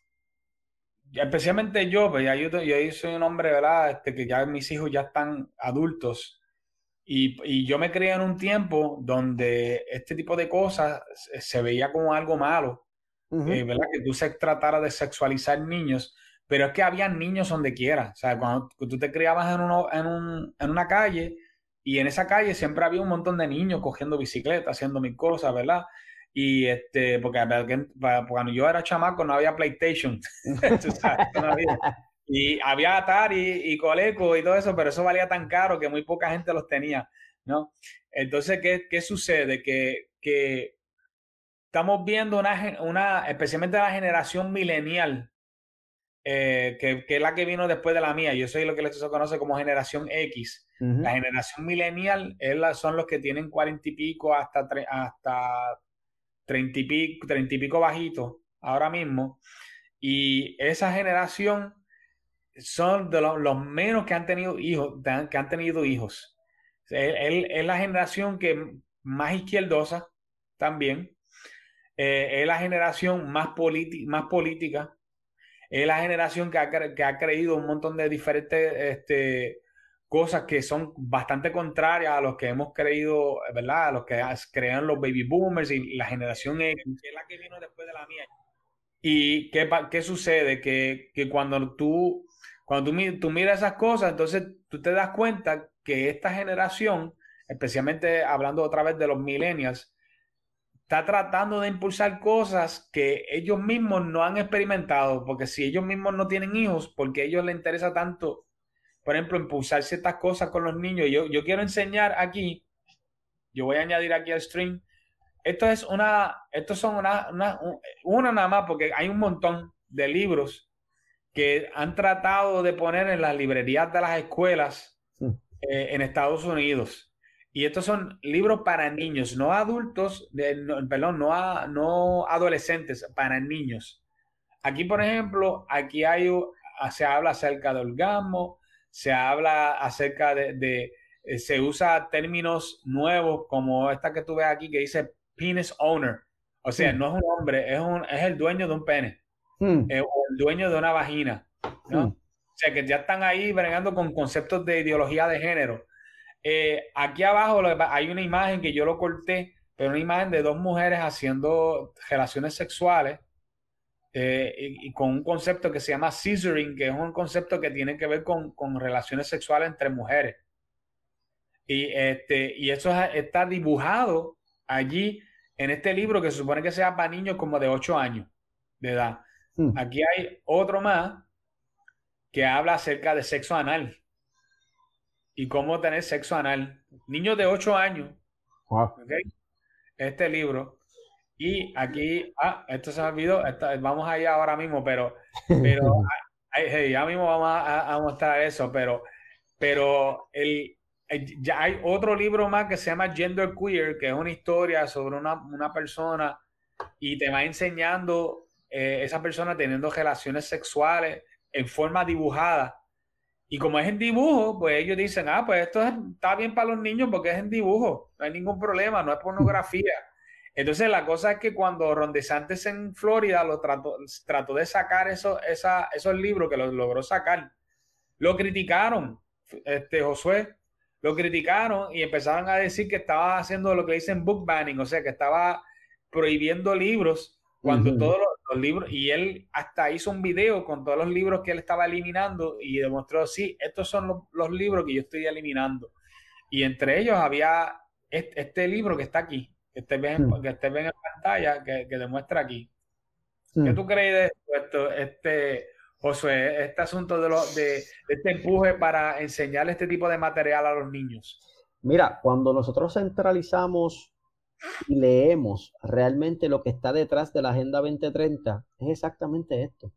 especialmente yo, pues ya yo, yo soy un hombre, ¿verdad? Este, que ya mis hijos ya están adultos. Y, y yo me crié en un tiempo donde este tipo de cosas se, se veía como algo malo, Uh eh, -huh. ¿verdad? Que tú se tratara de sexualizar niños, pero es que había niños donde quiera. O sea, cuando tú te criabas en, uno, en, un, en una calle y en esa calle siempre había un montón de niños cogiendo bicicleta, haciendo mil cosas, ¿verdad? Y este, porque cuando yo era chamaco no había PlayStation. Tú sabes, no había. Y había Atari y Coleco y todo eso, pero eso valía tan caro que muy poca gente los tenía, ¿no? Entonces, ¿qué, qué sucede? Que, que estamos viendo una, una, especialmente la generación millennial, eh, que, que es la que vino después de la mía. Yo soy lo que se conoce como generación X. Ujú. La generación millennial es la, son los que tienen cuarenta y pico hasta, tre- hasta treinta y pico, treinta y pico bajitos ahora mismo. Y esa generación son de los, los menos que han tenido hijos, que han tenido hijos. Él, él- es la generación que más izquierdosa también. Eh, es la generación más, politi- más política. Es la generación que ha, cre- que ha creído un montón de diferentes este, cosas que son bastante contrarias a los que hemos creído, ¿verdad? A los que has- crean los baby boomers y la generación X, que es la que vino después de la mía. ¿Y qué, pa- qué sucede? Que, que cuando tú, cuando tú, mi- tú miras esas cosas, entonces tú te das cuenta que esta generación, especialmente hablando otra vez de los millennials, está tratando de impulsar cosas que ellos mismos no han experimentado, porque si ellos mismos no tienen hijos, porque a ellos les interesa tanto, por ejemplo, impulsar ciertas cosas con los niños. Yo, yo quiero enseñar aquí, yo voy a añadir aquí al stream, esto es una, estos son una, una, una nada más, porque hay un montón de libros que han tratado de poner en las librerías de las escuelas Mm. eh, en Estados Unidos. Y estos son libros para niños, no adultos, de, no, perdón, no, a, no adolescentes, para niños. Aquí, por ejemplo, aquí hay, se habla acerca de orgasmo, se habla acerca de, de eh, se usa términos nuevos como esta que tú ves aquí que dice penis owner. O sea, Mm. no es un hombre, es, un, es el dueño de un pene, Mm. eh, o el dueño de una vagina, ¿no? Mm. O sea, que ya están ahí bregando con conceptos de ideología de género. Eh, aquí abajo hay una imagen que yo lo corté, pero una imagen de dos mujeres haciendo relaciones sexuales eh, y, y, con un concepto que se llama scissoring, que es un concepto que tiene que ver con, con relaciones sexuales entre mujeres. Y, este, y eso está dibujado allí en este libro que se supone que sea para niños como de ocho años de edad. Mm. Aquí hay otro más que habla acerca de sexo anal y cómo tener sexo anal. Niños de ocho años, Wow. ¿ok? Este libro. Y aquí, ah, esto se me olvidó, esta- vamos ahí ahora mismo, pero, pero ay, hey, ya mismo vamos a, a mostrar eso, pero, pero el, el- ya hay otro libro más que se llama Gender Queer, que es una historia sobre una, una persona y te va enseñando eh, esa persona teniendo relaciones sexuales en forma dibujada. Y como es en dibujo, pues ellos dicen, ah, pues esto es- está bien para los niños porque es en dibujo, no hay ningún problema, no es pornografía. Entonces la cosa es que cuando Ron DeSantis en Florida lo trató, trató de sacar eso, esa, esos libros que los logró sacar, lo criticaron, este Josué, lo criticaron y empezaron a decir que estaba haciendo lo que dicen book banning, o sea, que estaba prohibiendo libros cuando Ujú. todos los, los libros, y él hasta hizo un video con todos los libros que él estaba eliminando y demostró, sí, estos son los, los libros que yo estoy eliminando. Y entre ellos había este, este libro que está aquí, que ustedes ven, Mm. que ustedes ven en pantalla, que, que demuestra aquí. ¿Qué Mm. tú crees de esto, este, Josué, este asunto de, lo, de, de este empuje para enseñar este tipo de material a los niños? Mira, cuando nosotros centralizamos y leemos realmente lo que está detrás de la Agenda veinte treinta, es exactamente esto.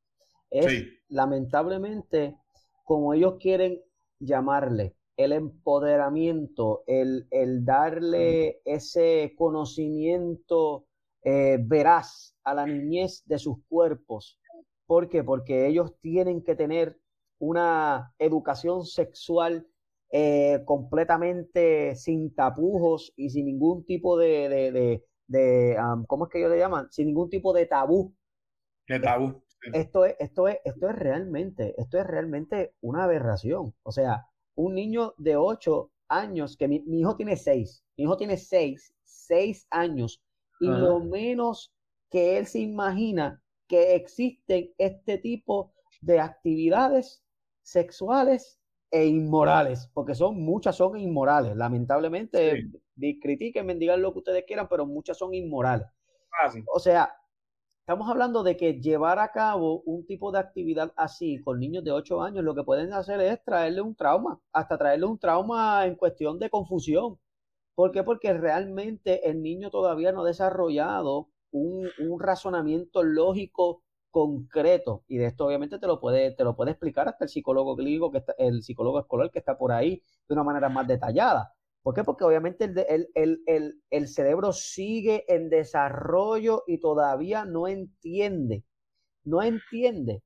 Es Sí. lamentablemente como ellos quieren llamarle el empoderamiento, el, el darle ese conocimiento eh, veraz a la niñez de sus cuerpos. ¿Por qué? Porque ellos tienen que tener una educación sexual eh, completamente sin tapujos y sin ningún tipo de, de, de, de um, ¿cómo es que ellos le llaman? Sin ningún tipo de tabú. De tabú. Sí. Esto es, esto es, esto es realmente, esto es realmente una aberración. O sea, un niño de ocho años, que mi, mi hijo tiene seis, mi hijo tiene seis, seis años, y lo Ajá. menos que él se imagina que existen este tipo de actividades sexuales e inmorales, porque son muchas son inmorales. Lamentablemente, Sí, di- critíquenme, digan lo que ustedes quieran, pero muchas son inmorales. fácil. O sea, estamos hablando de que llevar a cabo un tipo de actividad así con niños de ocho años, lo que pueden hacer es traerle un trauma, hasta traerle un trauma en cuestión de confusión. ¿Por qué? Porque realmente el niño todavía no ha desarrollado un, un razonamiento lógico concreto. Y de esto obviamente te lo puede, te lo puede explicar hasta el psicólogo clínico, que está, el psicólogo escolar que está por ahí de una manera más detallada. ¿Por qué? Porque obviamente el, el, el, el, el cerebro sigue en desarrollo y todavía no entiende, no entiende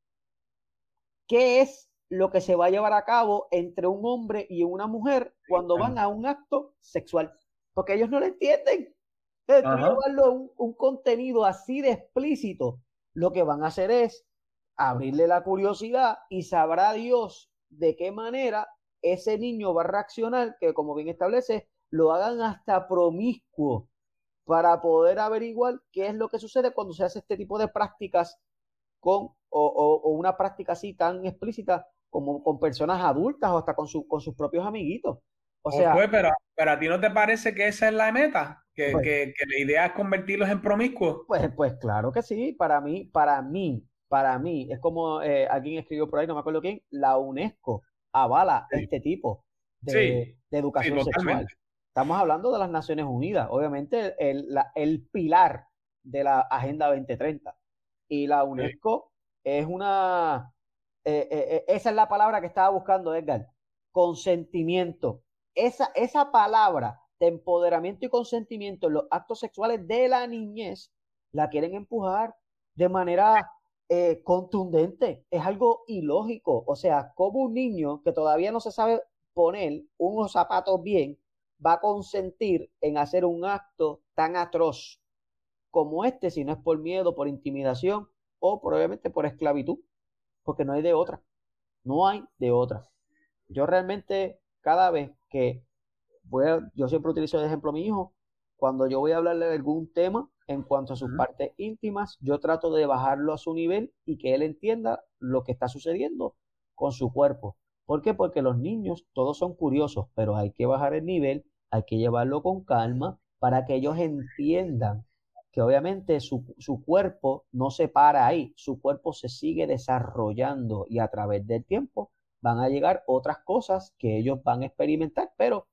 qué es lo que se va a llevar a cabo entre un hombre y una mujer cuando van a un acto sexual, porque ellos no lo entienden. Entonces, tú Ajá. llevarlo a un, un contenido así de explícito, lo que van a hacer es abrirle la curiosidad y sabrá Dios de qué manera ese niño va a reaccionar, que como bien establece, lo hagan hasta promiscuo para poder averiguar qué es lo que sucede cuando se hace este tipo de prácticas con, o, o, o una práctica así tan explícita como con personas adultas o hasta con, su, con sus propios amiguitos. O O sea, pues, pero, pero a ti no te parece que esa es la meta, que, pues, que, que la idea es convertirlos en promiscuos. pues, pues claro que sí, para mí, para mí, para mí, es como eh, alguien escribió por ahí, no me acuerdo quién, la UNESCO avala Sí, este tipo sí, de, de sí, educación sexual. totalmente. Estamos hablando de las Naciones Unidas, obviamente el, la, el pilar de la Agenda dos mil treinta. Y la Sí. UNESCO es una, eh, eh, eh, esa es la palabra que estaba buscando Edgar, consentimiento. Esa, esa palabra de empoderamiento y consentimiento en los actos sexuales de la niñez la quieren empujar de manera eh, contundente. Es algo ilógico. O sea, como un niño que todavía no se sabe poner unos zapatos bien va a consentir en hacer un acto tan atroz como este si no es por miedo, por intimidación o probablemente por esclavitud, porque no hay de otra, no hay de otra. Yo realmente cada vez que voy a, yo siempre utilizo de ejemplo a mi hijo, cuando yo voy a hablarle de algún tema en cuanto a sus Ujú. partes íntimas, yo trato de bajarlo a su nivel y que él entienda lo que está sucediendo con su cuerpo. ¿Por qué? Porque los niños todos son curiosos, pero hay que bajar el nivel, hay que llevarlo con calma para que ellos entiendan que obviamente su, su cuerpo no se para ahí, su cuerpo se sigue desarrollando y a través del tiempo van a llegar otras cosas que ellos van a experimentar, pero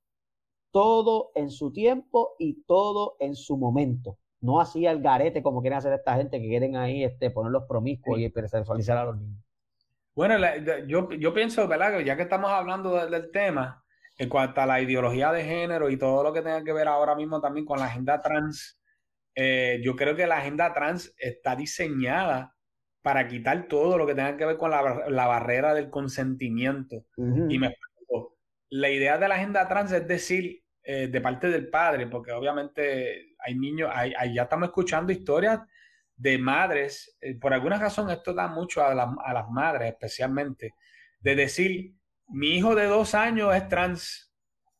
todo en su tiempo y todo en su momento. No así al garete como quieren hacer esta gente que quieren ahí este, ponerlos promiscuos y Sí. hipersexualizar a los niños. Bueno, la- la- yo, yo pienso, ¿verdad? Que ya que estamos hablando de- del tema, en cuanto a la ideología de género y todo lo que tenga que ver ahora mismo también con la agenda trans, eh, yo creo que la agenda trans está diseñada para quitar todo lo que tenga que ver con la, bar- la barrera del consentimiento. Uh Y -huh. me explico. La idea de la agenda trans es decir, eh, de parte del padre, porque obviamente hay niños, hay, hay- ya estamos escuchando historias de madres, eh, por alguna razón esto da mucho a, la- a las madres especialmente, de decir, mi hijo de dos años es trans.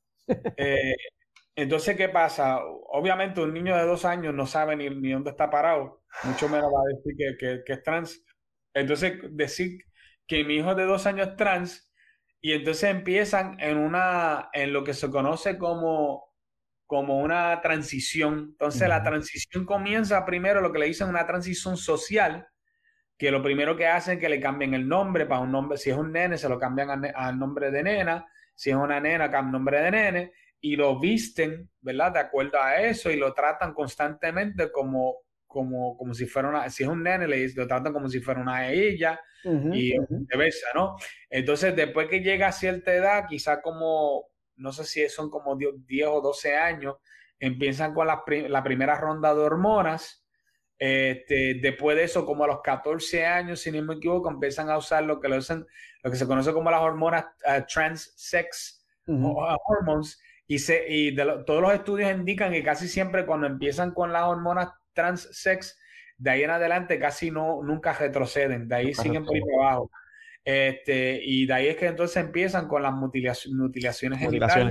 Eh, entonces, ¿qué pasa? Obviamente un niño de dos años no sabe ni, ni dónde está parado, mucho menos va a decir que, que- que es trans. Entonces, decir que mi hijo de dos años es trans, y entonces empiezan en una, en lo que se conoce como, como una transición. Uh Entonces, la -huh. transición comienza primero lo que le dicen una transición social, que lo primero que hacen es que le cambien el nombre para un nombre, si es un nene, se lo cambian al, al nombre de nena, si es una nena, cambian nombre de nene, y lo visten, ¿verdad? De acuerdo a eso, y lo tratan constantemente como, como, como si fuera una, si es un nene, le, lo tratan como si fuera una ella, Uh -huh. y Uh -huh. viceversa, ¿no? Entonces, después que llega a cierta edad, quizá como, no sé si son como diez o doce años, empiezan con la, la primera ronda de hormonas. Este, después de eso, como a los catorce años, si no me equivoco, empiezan a usar lo que, lo, usan, lo que se conoce como las hormonas uh, trans sex Uh -huh. hormones. Y, se, y de lo, todos los estudios indican que casi siempre cuando empiezan con las hormonas trans sex, de ahí en adelante casi no, nunca retroceden, de ahí Nunca siguen por ahí resuelvo. para abajo. Este, y de ahí es que entonces empiezan con las mutilaciones, mutilaciones genitales. Mutilaciones.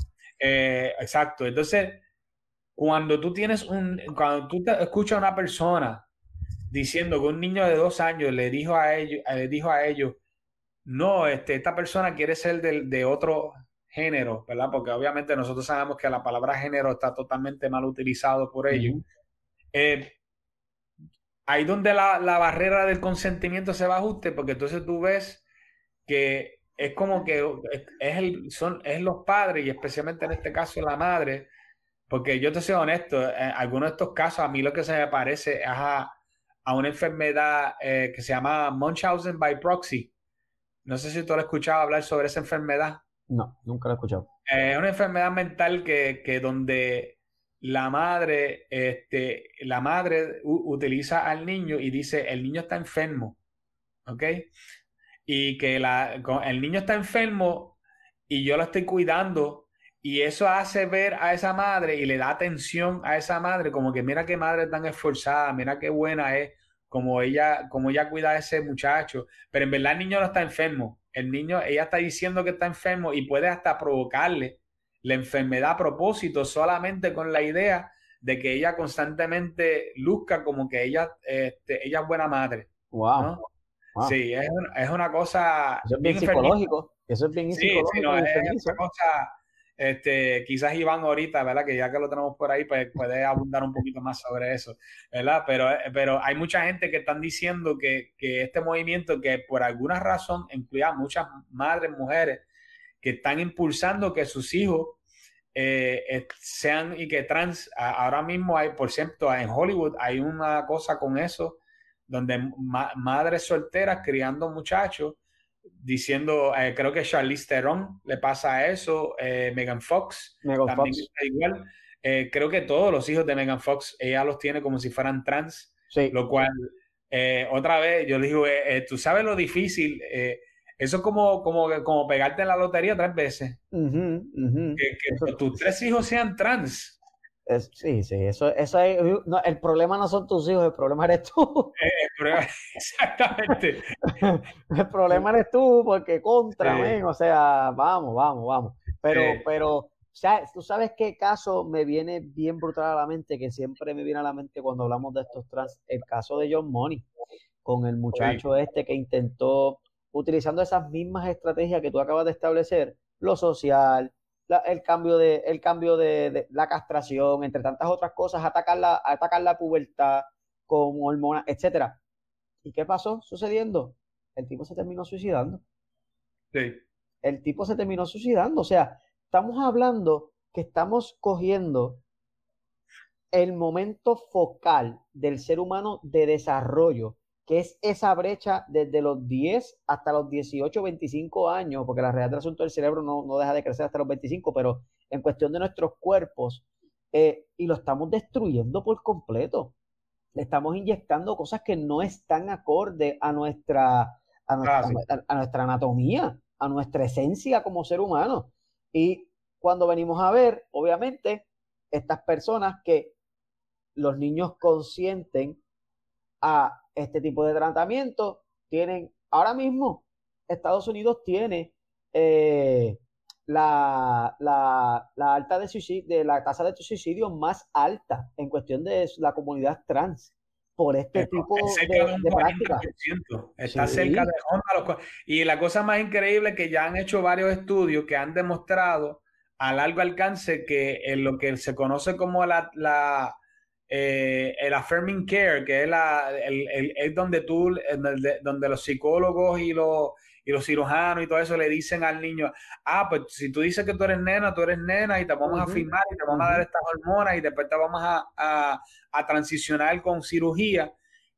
Eh, exacto. Entonces, cuando tú tienes un, cuando tú te escuchas a una persona diciendo que un niño de dos años le dijo a ellos, le dijo a ellos, no, este, esta persona quiere ser del- de, otro género, ¿verdad? Porque obviamente nosotros sabemos que la palabra género está totalmente mal utilizado por ellos. Ujú. Eh, ahí donde la, la barrera del consentimiento se va a ajuste, porque entonces tú ves que es como que es, es el, son, es los padres y especialmente en este caso la madre, porque yo te soy honesto, en algunos de estos casos a mí lo que se me parece es a, a una enfermedad eh, que se llama Munchausen by proxy. No sé si tú has escuchado hablar sobre esa enfermedad. No, nunca lo he escuchado. Eh, es una enfermedad mental que, que donde la madre, este, la madre u- utiliza al niño y dice, el niño está enfermo, ¿ok? Y que la, con- el niño está enfermo y yo lo estoy cuidando y eso hace ver a esa madre y le da atención a esa madre como que mira qué madre tan esforzada, mira qué buena es, como ella, como ella cuida a ese muchacho, pero en verdad el niño no está enfermo, el niño, ella está diciendo que está enfermo y puede hasta provocarle la enfermedad a propósito solamente con la idea de que ella constantemente luzca como que ella, este, ella es buena madre, Wow, ¿no? wow. Sí, es, un- es una cosa Eso es bien bien enfermiza. psicológico. Eso es bien Sí, sí, no, psicológico y es, es una enfermizo. cosa, este, quizás Iván ahorita, ¿verdad? Que ya que lo tenemos por ahí, pues puede abundar un poquito más sobre eso, ¿verdad? Pero, eh, pero hay mucha gente que están diciendo que, que este movimiento, que por alguna razón incluye a muchas madres, mujeres, que están impulsando que sus hijos eh, eh, sean y que trans, a- ahora mismo hay, por cierto, en Hollywood hay una cosa con eso, donde ma- madres solteras criando muchachos, diciendo, eh, creo que Charlize Theron le pasa eso, eh, Megan Fox Megan también Fox. está igual. Eh, creo que todos los hijos de Megan Fox, ella los tiene como si fueran trans, Sí. lo cual, eh, otra vez, yo le digo, eh, eh, tú sabes lo difícil, eh, eso es como, como, como pegarte en la lotería tres veces Ujú, ujú. que, Eso, que tus tres hijos sean trans. es, sí, sí, eso, eso es- no, el problema no son tus hijos, el problema eres tú. Eh, pero- exactamente. El problema eres tú, porque contra, Sí, men, o sea, vamos, vamos, vamos. Pero, sí, pero, o sea, tú sabes qué caso me viene bien brutal a la mente, que siempre me viene a la mente cuando hablamos de estos trans, el caso de John Money, con el sí, muchacho este que intentó, utilizando esas mismas estrategias que tú acabas de establecer, lo social, la- el cambio de, el cambio de, de la castración, entre tantas otras cosas, atacar la, atacar la pubertad con hormonas, etcétera. ¿Y qué pasó sucediendo? El tipo se terminó suicidando. sí. El tipo se terminó suicidando. O sea, estamos hablando que estamos cogiendo el momento focal del ser humano de desarrollo, que es esa brecha desde los diez hasta los dieciocho, veinticinco años, porque la realidad del asunto del cerebro no, no deja de crecer hasta los veinticinco, pero en cuestión de nuestros cuerpos, eh, y lo estamos destruyendo por completo. Le estamos inyectando cosas que no están acorde a nuestra, a Ah, nuestra, sí. a nuestra anatomía, a nuestra esencia como ser humano. Y cuando venimos a ver, obviamente, estas personas que los niños consienten a este tipo de tratamiento tienen, ahora mismo, Estados Unidos tiene eh, la, la, la, alta de, suicidio, de la tasa de suicidio más alta en cuestión de la comunidad trans por este Es, es tipo cerca de de, un de prácticas. cuarenta por ciento. Está cerca de Sí. onda los cua- Y la cosa más increíble es que ya han hecho varios estudios que han demostrado a largo alcance que en lo que se conoce como la, la eh, el affirming care, que es, la, el, el- es donde tú, donde, donde los psicólogos y los, y los cirujanos y todo eso le dicen al niño, ah, pues si tú dices que tú eres nena, tú eres nena y te vamos Uh a -huh, firmar y te uh vamos a dar -huh. estas hormonas y después te vamos a, a, a transicionar con cirugía.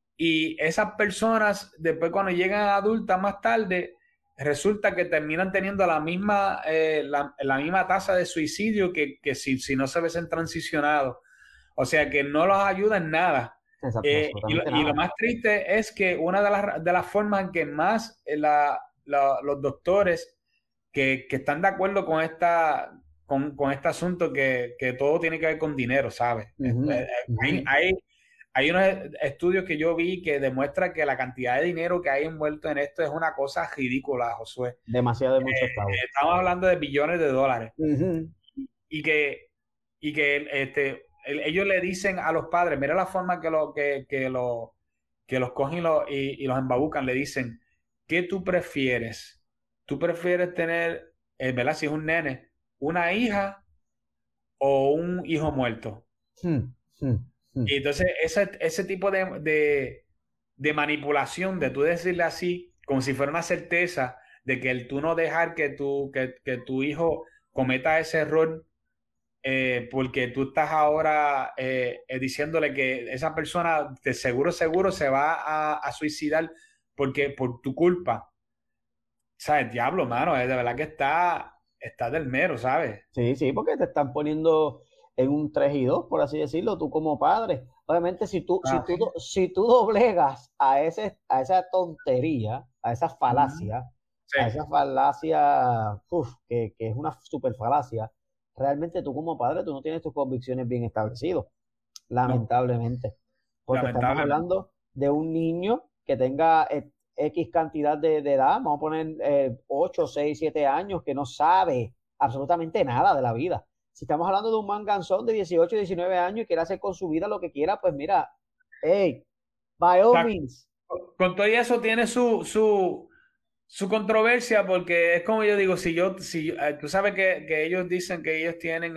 Y esas personas, después cuando llegan a adultas más tarde, resulta que terminan teniendo la misma, eh, la, la, misma tasa de suicidio que, que si, si no se hubiesen transicionado. O sea que no los ayuda en nada. Exacto, Eh, y, lo, absolutamente y, lo, nada. más triste es que una de las, de las formas en que más la, la, los doctores que, que, están de acuerdo con esta con, con este asunto que, que, todo tiene que ver con dinero, ¿sabes? Uh -huh, uh hay, -huh. hay, hay unos estudios que yo vi que demuestran que la cantidad de dinero que hay envuelto en esto es una cosa ridícula, Josué. Demasiado de muchos Eh, chavos. estamos hablando de billones de dólares. Uh -huh. Y que, y que este, el, ellos le dicen a los padres, mira la forma que, lo, que, que, lo, que los cogen y, lo, y, y los embabucan, le dicen, ¿qué tú prefieres? tú prefieres tener, eh, ¿verdad? Si es un nene, una hija o un hijo muerto. Hmm, hmm, hmm. Y entonces ese, ese tipo de, de, de manipulación, de tú decirle así, como si fuera una certeza de que el tú no dejar que tu, que, que tu hijo cometa ese error, eh, porque tú estás ahora eh, eh, diciéndole que esa persona de seguro, seguro se va a, a suicidar porque por tu culpa. ¿Sabes? Diablo, mano, es de verdad que está, está del mero, ¿sabes? Sí, sí, porque te están poniendo en un tres y dos, por así decirlo, tú como padre. Obviamente, si tú, si Ah, tú, sí. do- si tú doblegas a ese, a esa tontería, a esa Ujú. falacia, Sí, a esa falacia, uf, que, que es una super falacia, realmente tú como padre, tú no tienes tus convicciones bien establecidas, no, lamentablemente. Porque estamos lamentablemente. hablando de un niño que tenga eh, X cantidad de, de edad, vamos a poner eh, ocho, seis, siete años, que no sabe absolutamente nada de la vida. Si estamos hablando de un manganzón de dieciocho, diecinueve años y quiere hacer con su vida lo que quiera, pues mira, hey, by O all sea, means. con todo y eso tiene su, su, su controversia porque es como yo digo, si yo, si yo- eh, tú sabes que, que ellos dicen que ellos tienen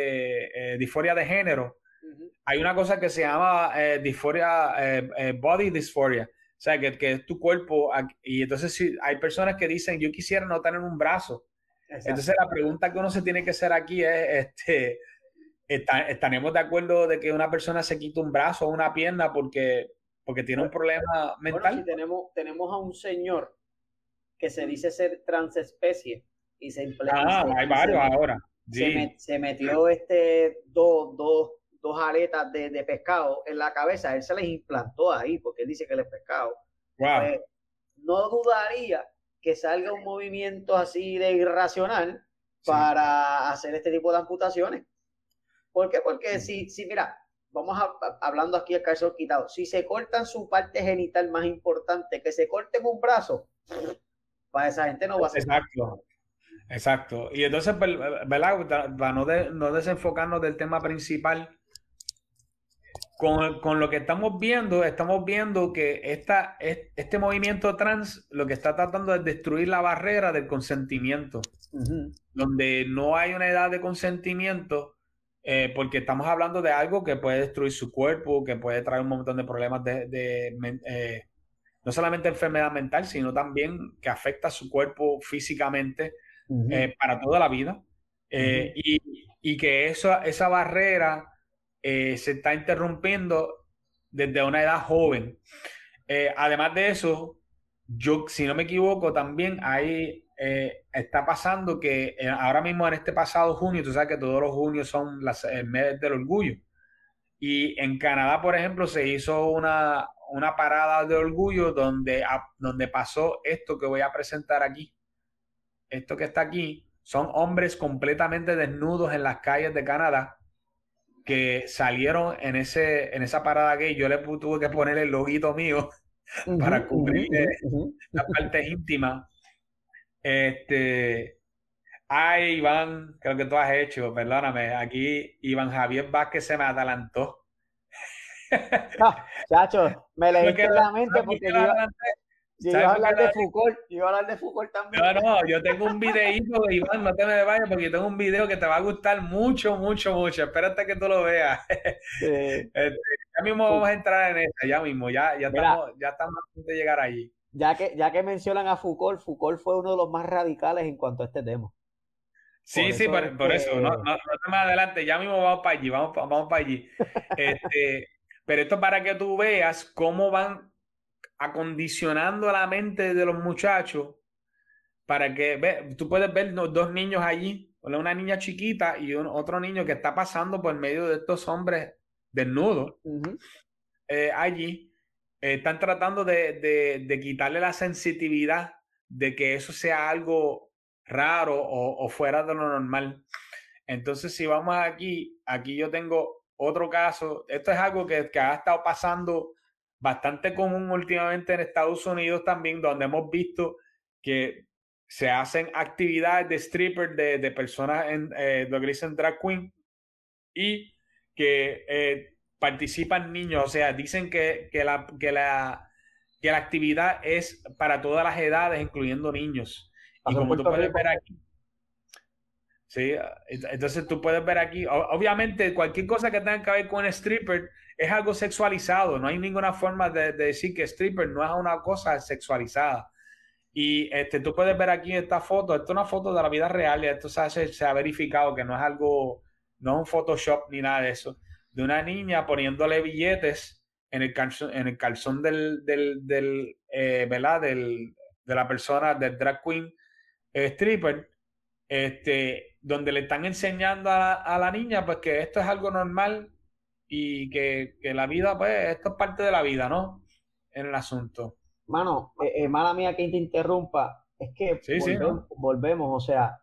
este, eh, disforia de género, Ujú. hay una cosa que se llama eh, disforia, eh, eh, body dysphoria, o sea, que, que es tu cuerpo, ac- y entonces si hay personas que dicen, yo quisiera no tener un brazo. Entonces Exacto. la pregunta que uno se tiene que hacer aquí es, este, está- ¿estaremos de acuerdo de que una persona se quita un brazo o una pierna porque, porque tiene un Bueno, problema bueno, si mental? tenemos, tenemos a un señor que se dice ser transespecie y se, imple- y Ah, se, hay y se, varios met- ahora. se, met- Sí, se metió este dos, dos, dos aletas de, de pescado en la cabeza, él se les implantó ahí porque él dice que él es pescado. wow. Pues no dudaría que salga un movimiento así de irracional Sí. para hacer este tipo de amputaciones. ¿Por qué? Porque si, si mira, vamos a, a- hablando aquí a calzón quitado, si se cortan su parte genital más importante, que se corten un brazo, para esa gente no va a ser nada. Exacto, exacto. Y entonces, pues, ¿verdad? Para no, de- no desenfocarnos del tema principal, con, con lo que estamos viendo, estamos viendo que esta, es- este movimiento trans lo que está tratando es destruir la barrera del consentimiento, Ujú, donde no hay una edad de consentimiento, eh, porque estamos hablando de algo que puede destruir su cuerpo, que puede traer un montón de problemas de, de, men- eh, no solamente enfermedad mental, sino también que afecta a su cuerpo físicamente ujú, eh, para toda la vida. Eh, ujú. y, y que eso, esa barrera eh, se está interrumpiendo desde una edad joven. Eh, además de eso, yo, si no me equivoco, también ahí eh, está pasando que eh, ahora mismo en este pasado junio, tú sabes que todos los junios son las, el mes del orgullo. Y en Canadá, por ejemplo, se hizo una, una parada de orgullo donde, a- donde pasó esto que voy a presentar aquí. Esto que está aquí son hombres completamente desnudos en las calles de Canadá que salieron en, ese, en esa parada gay. Yo le pu- tuve que poner el loguito mío Ujú, para ujú, cubrirle ujú, ujú. las partes íntimas. Este, ay, Iván, creo que tú has hecho, perdóname. Aquí Iván Javier Vázquez se me adelantó. Ah, chacho, me ¿Sabes por qué leíste en la mente sabes por porque qué yo lo iba, adelanté? yo iba ¿Sabes a por qué hablar lo de adelanté? Foucault, yo iba a hablar de Foucault también. No, no, yo tengo un videíto de Iván, no te me vayas porque yo tengo un video que te va a gustar mucho, mucho, mucho. Espérate que tú lo veas. Eh, Este, ya mismo vamos Fou- a entrar en esa, ya mismo, ya, ya Mira, estamos, ya estamos a punto de llegar allí. ya que, ya que mencionan a Foucault, Foucault fue uno de los más radicales en cuanto a este tema. Sí, Por sí, eso es por, por eso, no, no, que... no te me adelante, ya mismo vamos para allí, vamos, pa- vamos para allí. Este, pero esto para que tú veas cómo van acondicionando la mente de los muchachos para que ve, tú puedes ver los dos niños allí, una niña chiquita y un, otro niño que está pasando por medio de estos hombres desnudos Ujú, eh, allí. Eh, están tratando de, de, de quitarle la sensitividad de que eso sea algo raro o, o fuera de lo normal. Entonces, si vamos aquí, aquí yo tengo otro caso. Esto es algo que, que ha estado pasando bastante común últimamente en Estados Unidos también, donde hemos visto que se hacen actividades de stripper de, de personas en eh, lo que dicen drag queen y que eh, participan niños. O sea, dicen que, que, la, que, la, que la actividad es para todas las edades, incluyendo niños. Y Pasó en como tú Puerto puedes Rico. ver aquí, sí, entonces tú puedes ver aquí, obviamente cualquier cosa que tenga que ver con stripper es algo sexualizado, no hay ninguna forma de, de decir que stripper no es una cosa sexualizada. Y este, tú puedes ver aquí esta foto, esta es una foto de la vida real, y esto se, hace, se ha verificado que no es algo, no es un Photoshop ni nada de eso, de una niña poniéndole billetes en el calzón, en el calzón del, del, del eh, ¿verdad? Del, de la persona, del drag queen eh, stripper, este, donde le están enseñando a, a la niña pues que esto es algo normal y que, que la vida, pues, esto es parte de la vida, ¿no? En el asunto. Mano, eh, eh, mala mía que te interrumpa, es que Sí, sí, volvemos, ¿no? volvemos, o sea,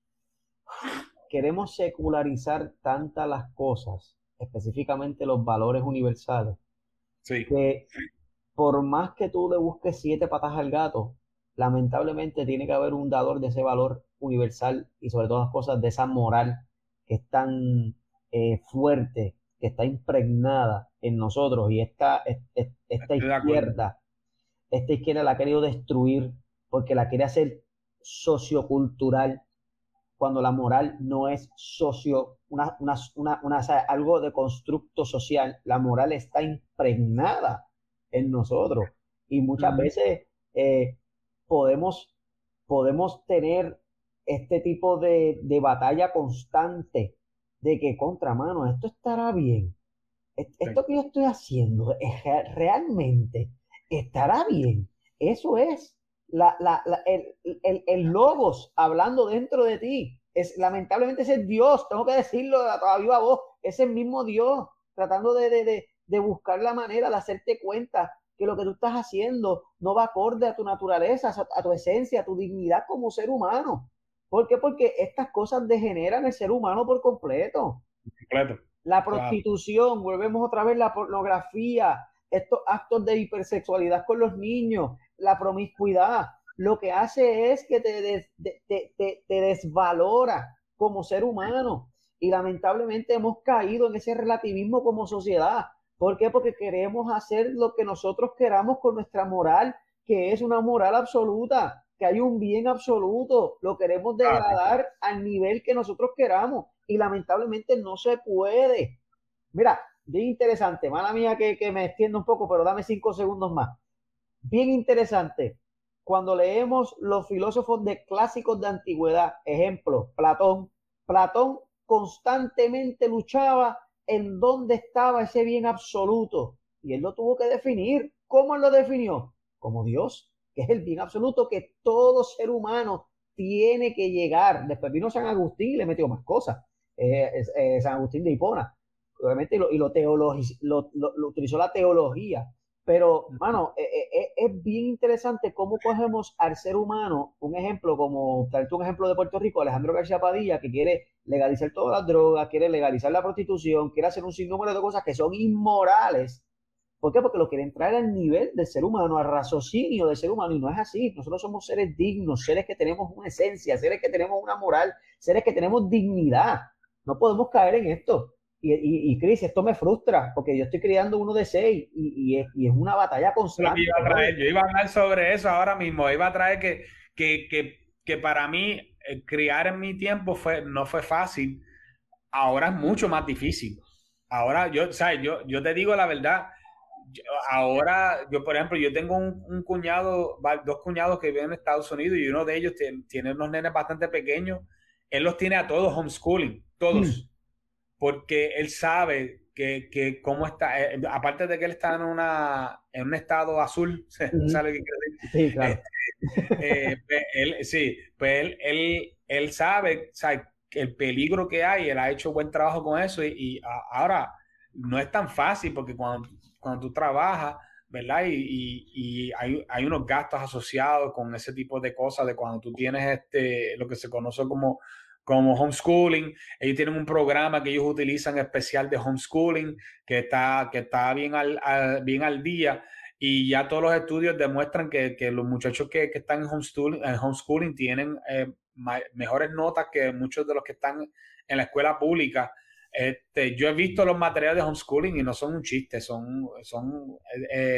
queremos secularizar tantas las cosas, específicamente los valores universales, Sí, que por más que tú le busques siete patas al gato, lamentablemente tiene que haber un dador de ese valor universal y sobre todas las cosas de esa moral que es tan eh, fuerte, que está impregnada en nosotros y esta, es- es- esta estoy de acuerdo. izquierda, esta izquierda la ha querido destruir porque la quiere hacer sociocultural cuando la moral no es socio, una, una, una, una, o sea, algo de constructo social. La moral está impregnada en nosotros y muchas Ujú. veces eh, podemos, podemos tener este tipo de, de batalla constante de que contra mano, esto estará bien, Sí, esto que yo estoy haciendo es re- realmente estará bien. Eso es la, la- la- el, el- el logos hablando dentro de ti. Es, lamentablemente ese es Dios, tengo que decirlo a toda viva voz, es el mismo Dios tratando de, de, de, de buscar la manera de hacerte cuenta que lo que tú estás haciendo no va acorde a tu naturaleza, a tu esencia, a tu dignidad como ser humano. ¿Por qué? Porque estas cosas degeneran el ser humano por completo. completo. La Claro. prostitución, volvemos otra vez la pornografía, estos actos de hipersexualidad con los niños, la promiscuidad, lo que hace es que te, des, te, te, te desvalora como ser humano. Y lamentablemente hemos caído en ese relativismo como sociedad. ¿Por qué? Porque queremos hacer lo que nosotros queramos con nuestra moral, que es una moral absoluta, que hay un bien absoluto. Lo queremos Ah, sí. degradar al nivel que nosotros queramos y lamentablemente no se puede. Mira, bien interesante, mala mía que, que me extiendo un poco, pero dame cinco segundos más. Bien interesante. Cuando leemos los filósofos de clásicos de antigüedad, ejemplo, Platón, Platón constantemente luchaba en dónde estaba ese bien absoluto y él lo tuvo que definir. ¿Cómo él lo definió? Como Dios, que es el bien absoluto que todo ser humano tiene que llegar. Después vino San Agustín y le metió más cosas. Eh, eh, San Agustín de Hipona, obviamente, y lo, y lo, lo, lo, lo utilizó la teología. Pero, mano, eh, eh, es bien interesante cómo cogemos al ser humano, un ejemplo como, traerte un ejemplo de Puerto Rico, Alejandro García Padilla, que quiere legalizar todas las drogas, quiere legalizar la prostitución, quiere hacer un sinnúmero de cosas que son inmorales. ¿Por qué? Porque lo quieren traer al nivel del ser humano, al raciocinio del ser humano, y no es así. Nosotros somos seres dignos, seres que tenemos una esencia, seres que tenemos una moral, seres que tenemos dignidad. No podemos caer en esto. Y, y, y Cris, esto me frustra, porque yo estoy criando uno de seis y, y, es, y es una batalla Lo que constante, iba a brother. traer, yo iba a hablar sobre eso ahora mismo, iba a traer que, que, que, que para mí eh, criar en mi tiempo fue, no fue fácil, ahora es mucho más difícil. Ahora yo, ¿sabes? Yo, yo te digo la verdad, yo- ahora yo, por ejemplo, yo tengo un, un cuñado, va- dos cuñados que viven en Estados Unidos y uno de ellos tiene, tiene unos nenes bastante pequeños, él los tiene a todos homeschooling, Hmm. todos porque él sabe que, que cómo está, eh, aparte de que él está en, una, en un estado azul, Uh-huh. ¿sabe qué quiere Sí, decir? claro. Este, eh, pues, él, sí, pues él, él, él sabe, sabe el peligro que hay, él ha hecho buen trabajo con eso y, y a, ahora no es tan fácil porque cuando, cuando tú trabajas, ¿verdad? Y, y, y hay, hay, unos gastos asociados con ese tipo de cosas, de cuando tú tienes este, lo que se conoce como, como homeschooling, ellos tienen un programa que ellos utilizan especial de homeschooling, que está, que está bien, al, al, bien al día, y ya todos los estudios demuestran que, que los muchachos que, que están en homeschooling, en homeschooling tienen eh, ma- mejores notas que muchos de los que están en la escuela pública. Este, yo he visto los materiales de homeschooling y no son un chiste, son, son, eh,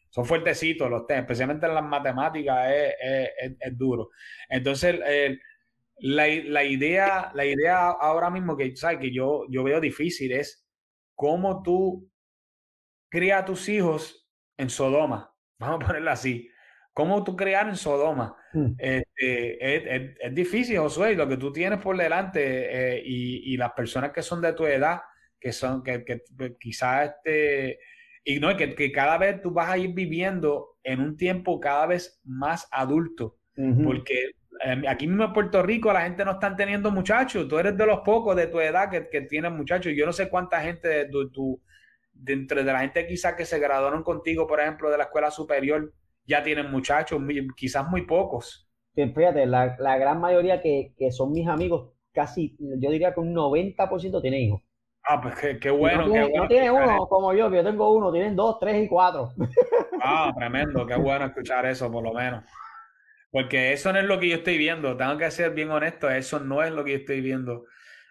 son fuertecitos los test, especialmente en las matemáticas es, es, es, es duro. Entonces, el, la, la, idea, la idea ahora mismo que, ¿sabes? que yo, yo veo difícil es cómo tú crías a tus hijos en Sodoma, vamos a ponerlo así. ¿Cómo tú criar en Sodoma? Mm. Este, es, es, es difícil, Josué, lo que tú tienes por delante eh, y, y las personas que son de tu edad, que son, que, que quizás, este, y no, que, que cada vez tú vas a ir viviendo en un tiempo cada vez más adulto, uh-huh. porque eh, aquí mismo en Puerto Rico la gente no está teniendo muchachos, tú eres de los pocos de tu edad que, que tienen muchachos, yo no sé cuánta gente de tu, tu dentro de la gente quizás que se graduaron contigo, por ejemplo, de la escuela superior, ya tienen muchachos, quizás muy pocos. Fíjate, la, la gran mayoría que, que son mis amigos, casi, yo diría que un noventa por ciento tiene hijos. Ah, pues qué, qué bueno. No tiene, qué bueno no tiene uno como yo, que yo tengo uno, tienen dos, tres y cuatro. Ah, tremendo, qué bueno escuchar eso, por lo menos. Porque eso no es lo que yo estoy viendo, tengo que ser bien honesto, eso no es lo que yo estoy viendo.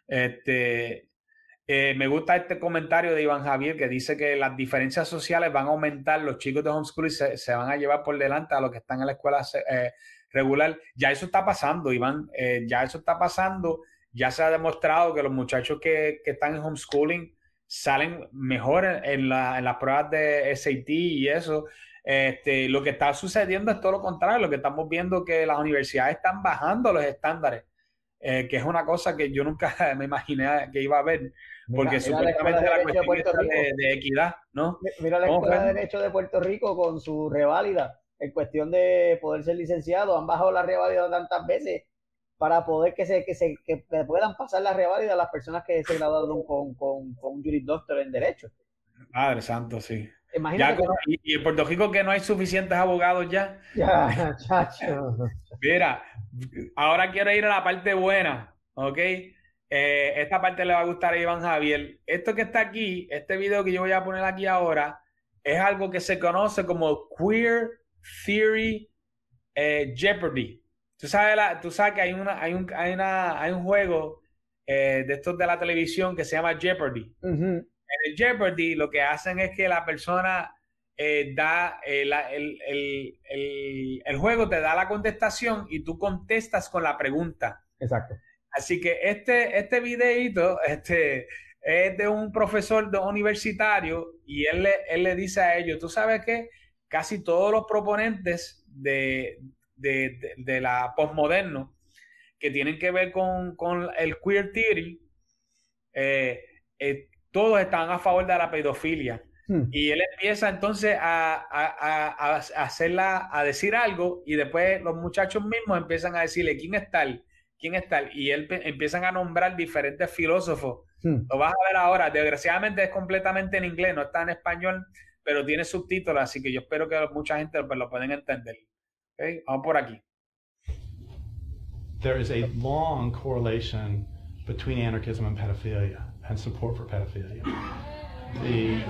Este... Eh, me gusta este comentario de Iván Javier que dice que las diferencias sociales van a aumentar, los chicos de homeschooling se, se van a llevar por delante a los que están en la escuela eh, regular. Ya eso está pasando, Iván, eh, ya eso está pasando, ya se ha demostrado que los muchachos que, que están en homeschooling salen mejor en, en, la, en las pruebas de S A T y eso. Este, lo que está sucediendo es todo lo contrario, lo que estamos viendo que las universidades están bajando los estándares. Eh, que es una cosa que yo nunca me imaginé que iba a haber, porque mira, supuestamente mira la, la cuestión de, de, de equidad, ¿no? Mira la Escuela de Derecho de Puerto Rico con su reválida, en cuestión de poder ser licenciado, han bajado la reválida tantas veces para poder que se, que se que puedan pasar la reválida a las personas que se graduaron con, con, con un Juris Doctor en Derecho. Padre santo, sí. Imagínate. Ya, que... y, y en Puerto Rico que no hay suficientes abogados ya. Ya, chacho. Mira, ahora quiero ir a la parte buena, ¿ok? Eh, esta parte le va a gustar a Iván Javier. Esto que está aquí, este video que yo voy a poner aquí ahora, es algo que se conoce como Queer Theory eh, Jeopardy. Tú sabes, la, tú sabes que hay, una, hay, un, hay, una, hay un juego eh, de estos de la televisión que se llama Jeopardy. Uh-huh. En el Jeopardy lo que hacen es que la persona eh, da eh, la, el, el, el, el juego te da la contestación y tú contestas con la pregunta. Exacto. Así que este, este videito este, es de un profesor de universitario y él le, él le dice a ellos, tú sabes que casi todos los proponentes de, de, de, de la postmoderno que tienen que ver con, con el queer theory, eh, eh, todos están a favor de la pedofilia. Hmm. Y él empieza entonces a, a, a, a, hacerla, a decir algo y después los muchachos mismos empiezan a decirle quién es tal, quién es tal. Y él empiezan a nombrar diferentes filósofos. Hmm. Lo vas a ver ahora. Desgraciadamente es completamente en inglés, no está en español, pero tiene subtítulos, así que yo espero que mucha gente pues, lo pueden entender. ¿Okay? Vamos por aquí. There is a long correlation between anarchism and pedophilia and support for pedophilia. The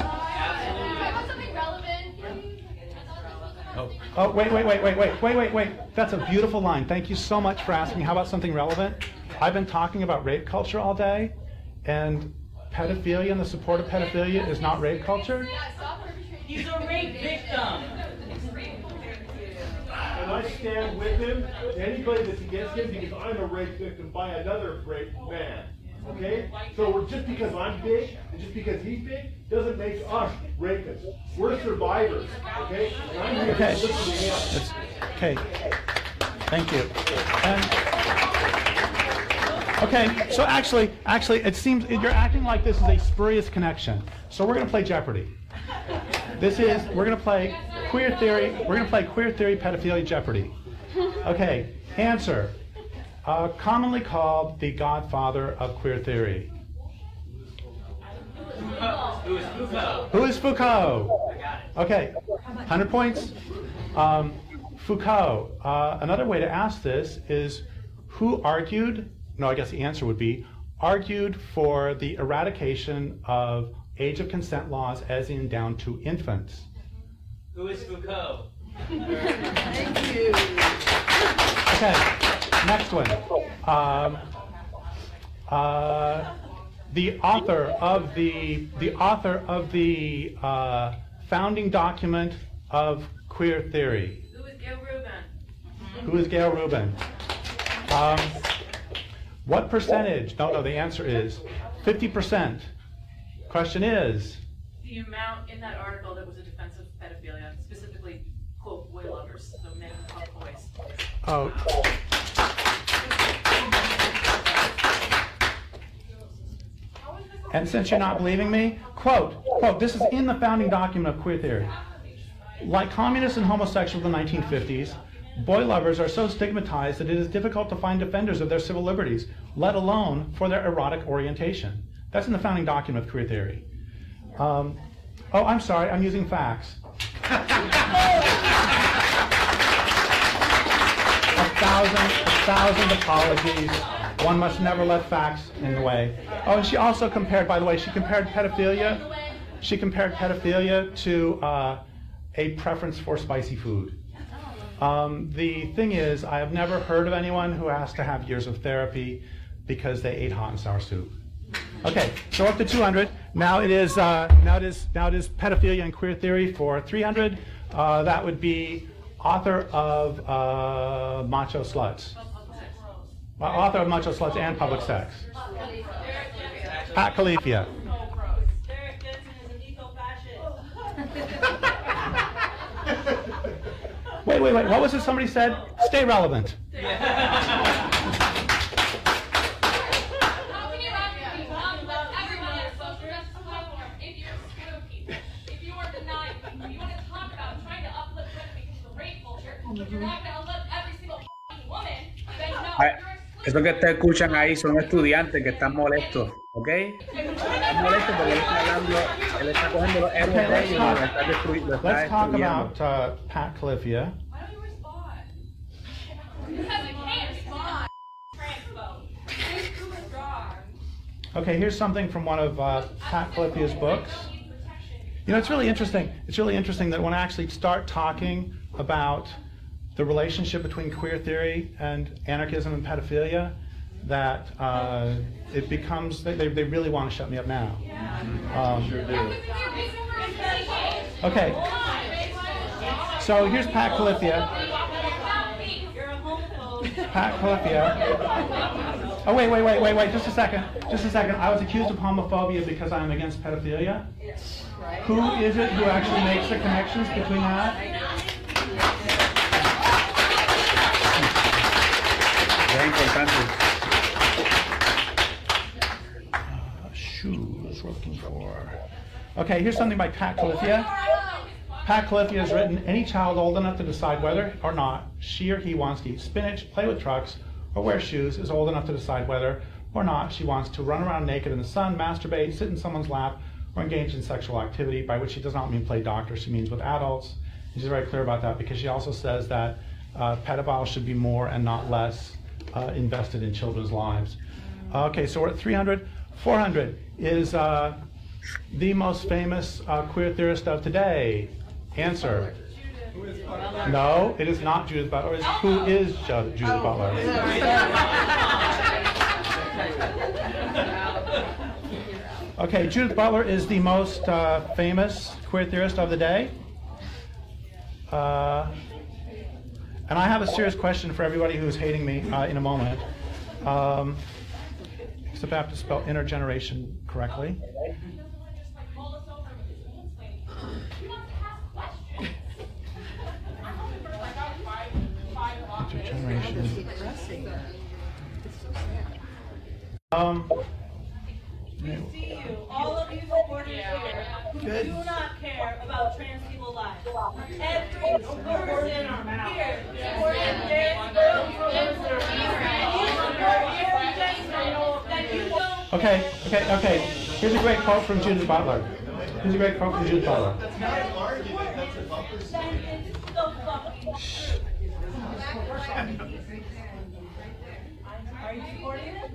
oh. oh wait wait wait wait wait wait wait wait that's a beautiful line. Thank you so much for asking. How about something relevant? I've been talking about rape culture all day, and pedophilia and the support of pedophilia is not rape culture. He's a rape victim. And I stand with him, anybody that's against him, because I'm a rape victim by another rape man. Okay? So just because I'm big, and just because he's big, doesn't make us rapists. We're survivors. Okay? And I'm here okay. to listen to him. It's, okay. Thank you. And, okay, so actually, actually, it seems you're acting like this is a spurious connection. So we're going to play Jeopardy. This is, we're going to play queer theory, we're going to play queer theory pedophilia Jeopardy. Okay, answer. Uh, commonly called the godfather of queer theory. Who is Foucault? Who is Foucault? Okay, one hundred points. Um, Foucault. Uh, another way to ask this is who argued, no, I guess the answer would be, argued for the eradication of age of consent laws as in down to infants. Who is Foucault? Thank you. Okay, next one. Um, uh, the author of the the author of the uh, founding document of queer theory? Who is Gail Rubin? Who is Gail Rubin? Um, what percentage? No, no, the answer is fifty percent. Question is? The amount in that article that was a defense of pedophilia, specifically, quote, boy lovers, so men who love boys. Oh. And since you're not believing me, quote, quote, this is in the founding document of queer theory. Like communists and homosexuals in the nineteen fifties, boy lovers are so stigmatized that it is difficult to find defenders of their civil liberties, let alone for their erotic orientation. That's in the founding document of queer theory. Um, oh, I'm sorry, I'm using facts. a thousand, a thousand apologies. One must never let facts in the way. Oh, and she also compared, by the way, she compared pedophilia. She compared pedophilia to uh, a preference for spicy food. Um, the thing is, I have never heard of anyone who has to have years of therapy because they ate hot and sour soup. Okay, so up to two hundred. Now it is uh, now it is now it is pedophilia and queer theory for three hundred. Uh, that would be author of uh, Macho Sluts. Uh, author of Macho Sluts and Public Sex. Pat Califia. Derek Jensen is an eco-fascist. Wait, wait, wait. What was it somebody said? Stay relevant. Eso que ustedes escuchan ahí son estudiantes que están molestos, ¿ok? Están molestos porque él está hablando, él está cogiendo los héroes de ellos y los está destruyendo. Let's talk about uh, Pat Califia. Why don't you respond? Because I can't respond. Transpo. Okay, here's something from one of uh, Pat Califia's books. You know, it's really interesting. It's really interesting that when I actually start talking about the relationship between queer theory and anarchism and pedophilia, that uh, it becomes, they, they really want to shut me up now. Um, sure do. Okay, so here's Pat Califia. Pat Califia. Oh, wait, wait, wait, wait, wait, just a second. Just a second. I was accused of homophobia because I'm against pedophilia. Who is it who actually makes the connections between that? Uh, shoes we're looking for. Okay, here's something by Pat Califia. Pat Califia has written, any child old enough to decide whether or not she or he wants to eat spinach, play with trucks, or wear shoes is old enough to decide whether or not she wants to run around naked in the sun, masturbate, sit in someone's lap, or engage in sexual activity, by which she does not mean play doctor, she means with adults. And she's very clear about that because she also says that uh, pedophiles should be more and not less Uh, invested in children's lives. Okay, so we're at three hundred. four hundred is uh, the most famous uh, queer theorist of today. Answer. No, it is not Judith Butler. It's who is Ju- Judith Butler? Okay, Judith Butler is the most uh, famous queer theorist of the day. Uh, And I have a serious question for everybody who's hating me uh, in a moment. Um, except I have to spell intergeneration correctly. Intergeneration. Um, We see you, all of you supporters here, who Good. do not care about trans people's lives. Every person here supporting their that you don't. okay, okay, okay. Here's a great quote from Judith Butler. Here's a great quote from Judith Butler. That's not an argument, that's a bumper sticker. Are you supporting it?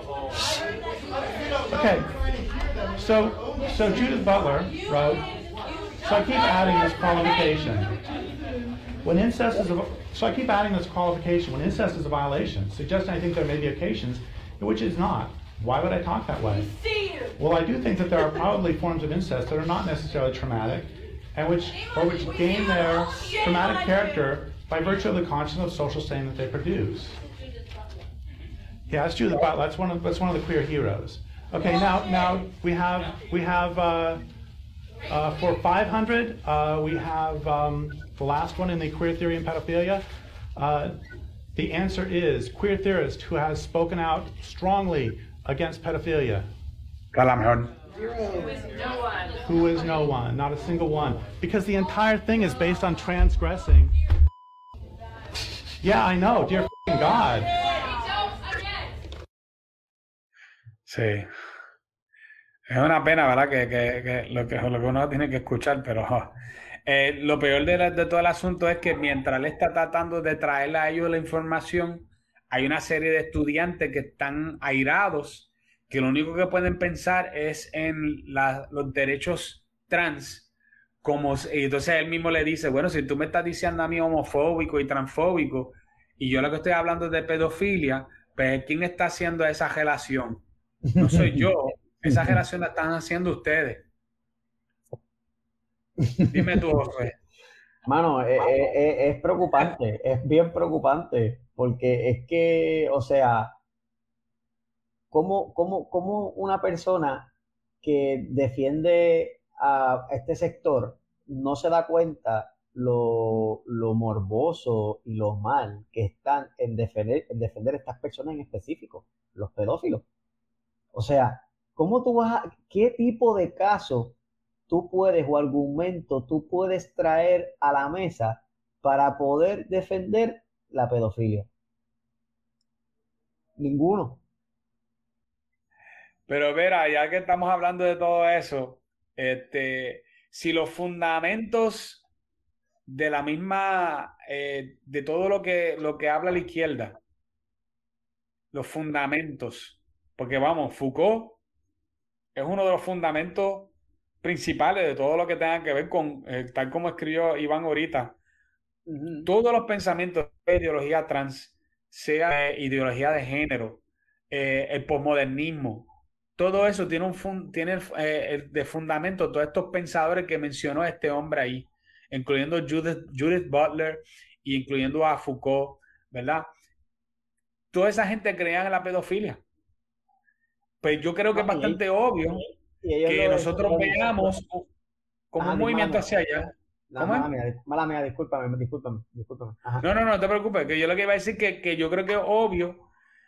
Okay, so so Judith Butler wrote, so I keep adding this qualification. When incest is a, so I keep adding this qualification. When incest is a violation, suggesting I think there may be occasions in which it's not. Why would I talk that way? See you. Well, I do think that there are probably forms of incest that are not necessarily traumatic, and which or which gain their traumatic character by virtue of the consciousness of social stain that they produce. Yeah, that's Judith Butler. That's one of that's one of the queer heroes. Okay, now now we have we have uh, uh, for five hundred uh, we have um, the last one in the queer theory and pedophilia. Uh, the answer is queer theorist who has spoken out strongly against pedophilia. Who is no one? Who is no one? Not a single one. Because the entire thing is based on transgressing. Yeah, I know, dear f***ing God. Sí. Es una pena, ¿verdad? Que, que, que, lo, que lo que uno tiene que escuchar, pero eh, lo peor de, la- de todo el asunto es que mientras él está tratando de traerle a ellos la información, hay una serie de estudiantes que están airados, que lo único que pueden pensar es en la- los derechos trans. Como, s- y entonces él mismo le dice, bueno, si tú me estás diciendo a mí homofóbico y transfóbico, y yo lo que estoy hablando es de pedofilia, pues ¿quién está haciendo esa relación? No soy yo. Esa relación la están haciendo ustedes. Dime tú, José. Mano, es, es- es preocupante, es bien preocupante, porque es que, o sea, ¿cómo, cómo, cómo una persona que defiende a este sector no se da cuenta lo, lo morboso y lo mal que están en defender, en defender estas personas en específico, los pedófilos? O sea, ¿cómo tú vas a, qué tipo de caso tú puedes o argumento tú puedes traer a la mesa para poder defender la pedofilia? Ninguno. Pero Vera, ya que estamos hablando de todo eso, este, si los fundamentos de la misma, eh, de todo lo que, lo que habla la izquierda, los fundamentos, porque vamos, Foucault es uno de los fundamentos principales de todo lo que tenga que ver con, eh, tal como escribió Iván ahorita, Ujú. todos los pensamientos de ideología trans, sea eh, ideología de género, eh, el posmodernismo, todo eso tiene un fun- tiene eh, el de fundamento todos estos pensadores que mencionó este hombre ahí, incluyendo Judith, Judith Butler y incluyendo a Foucault, ¿verdad? Toda esa gente creía en la pedofilia. Pues yo creo que es No, y, bastante obvio y ellos que lo nosotros decían. veamos como Ajá, un di- mala movimiento mía. hacia allá. No, ¿Cómo es? mala mía, dis- mala mía, discúlpame, discúlpame, discúlpame. Ajá. No, no, no te preocupes, que yo lo que iba a decir que, que yo creo que es obvio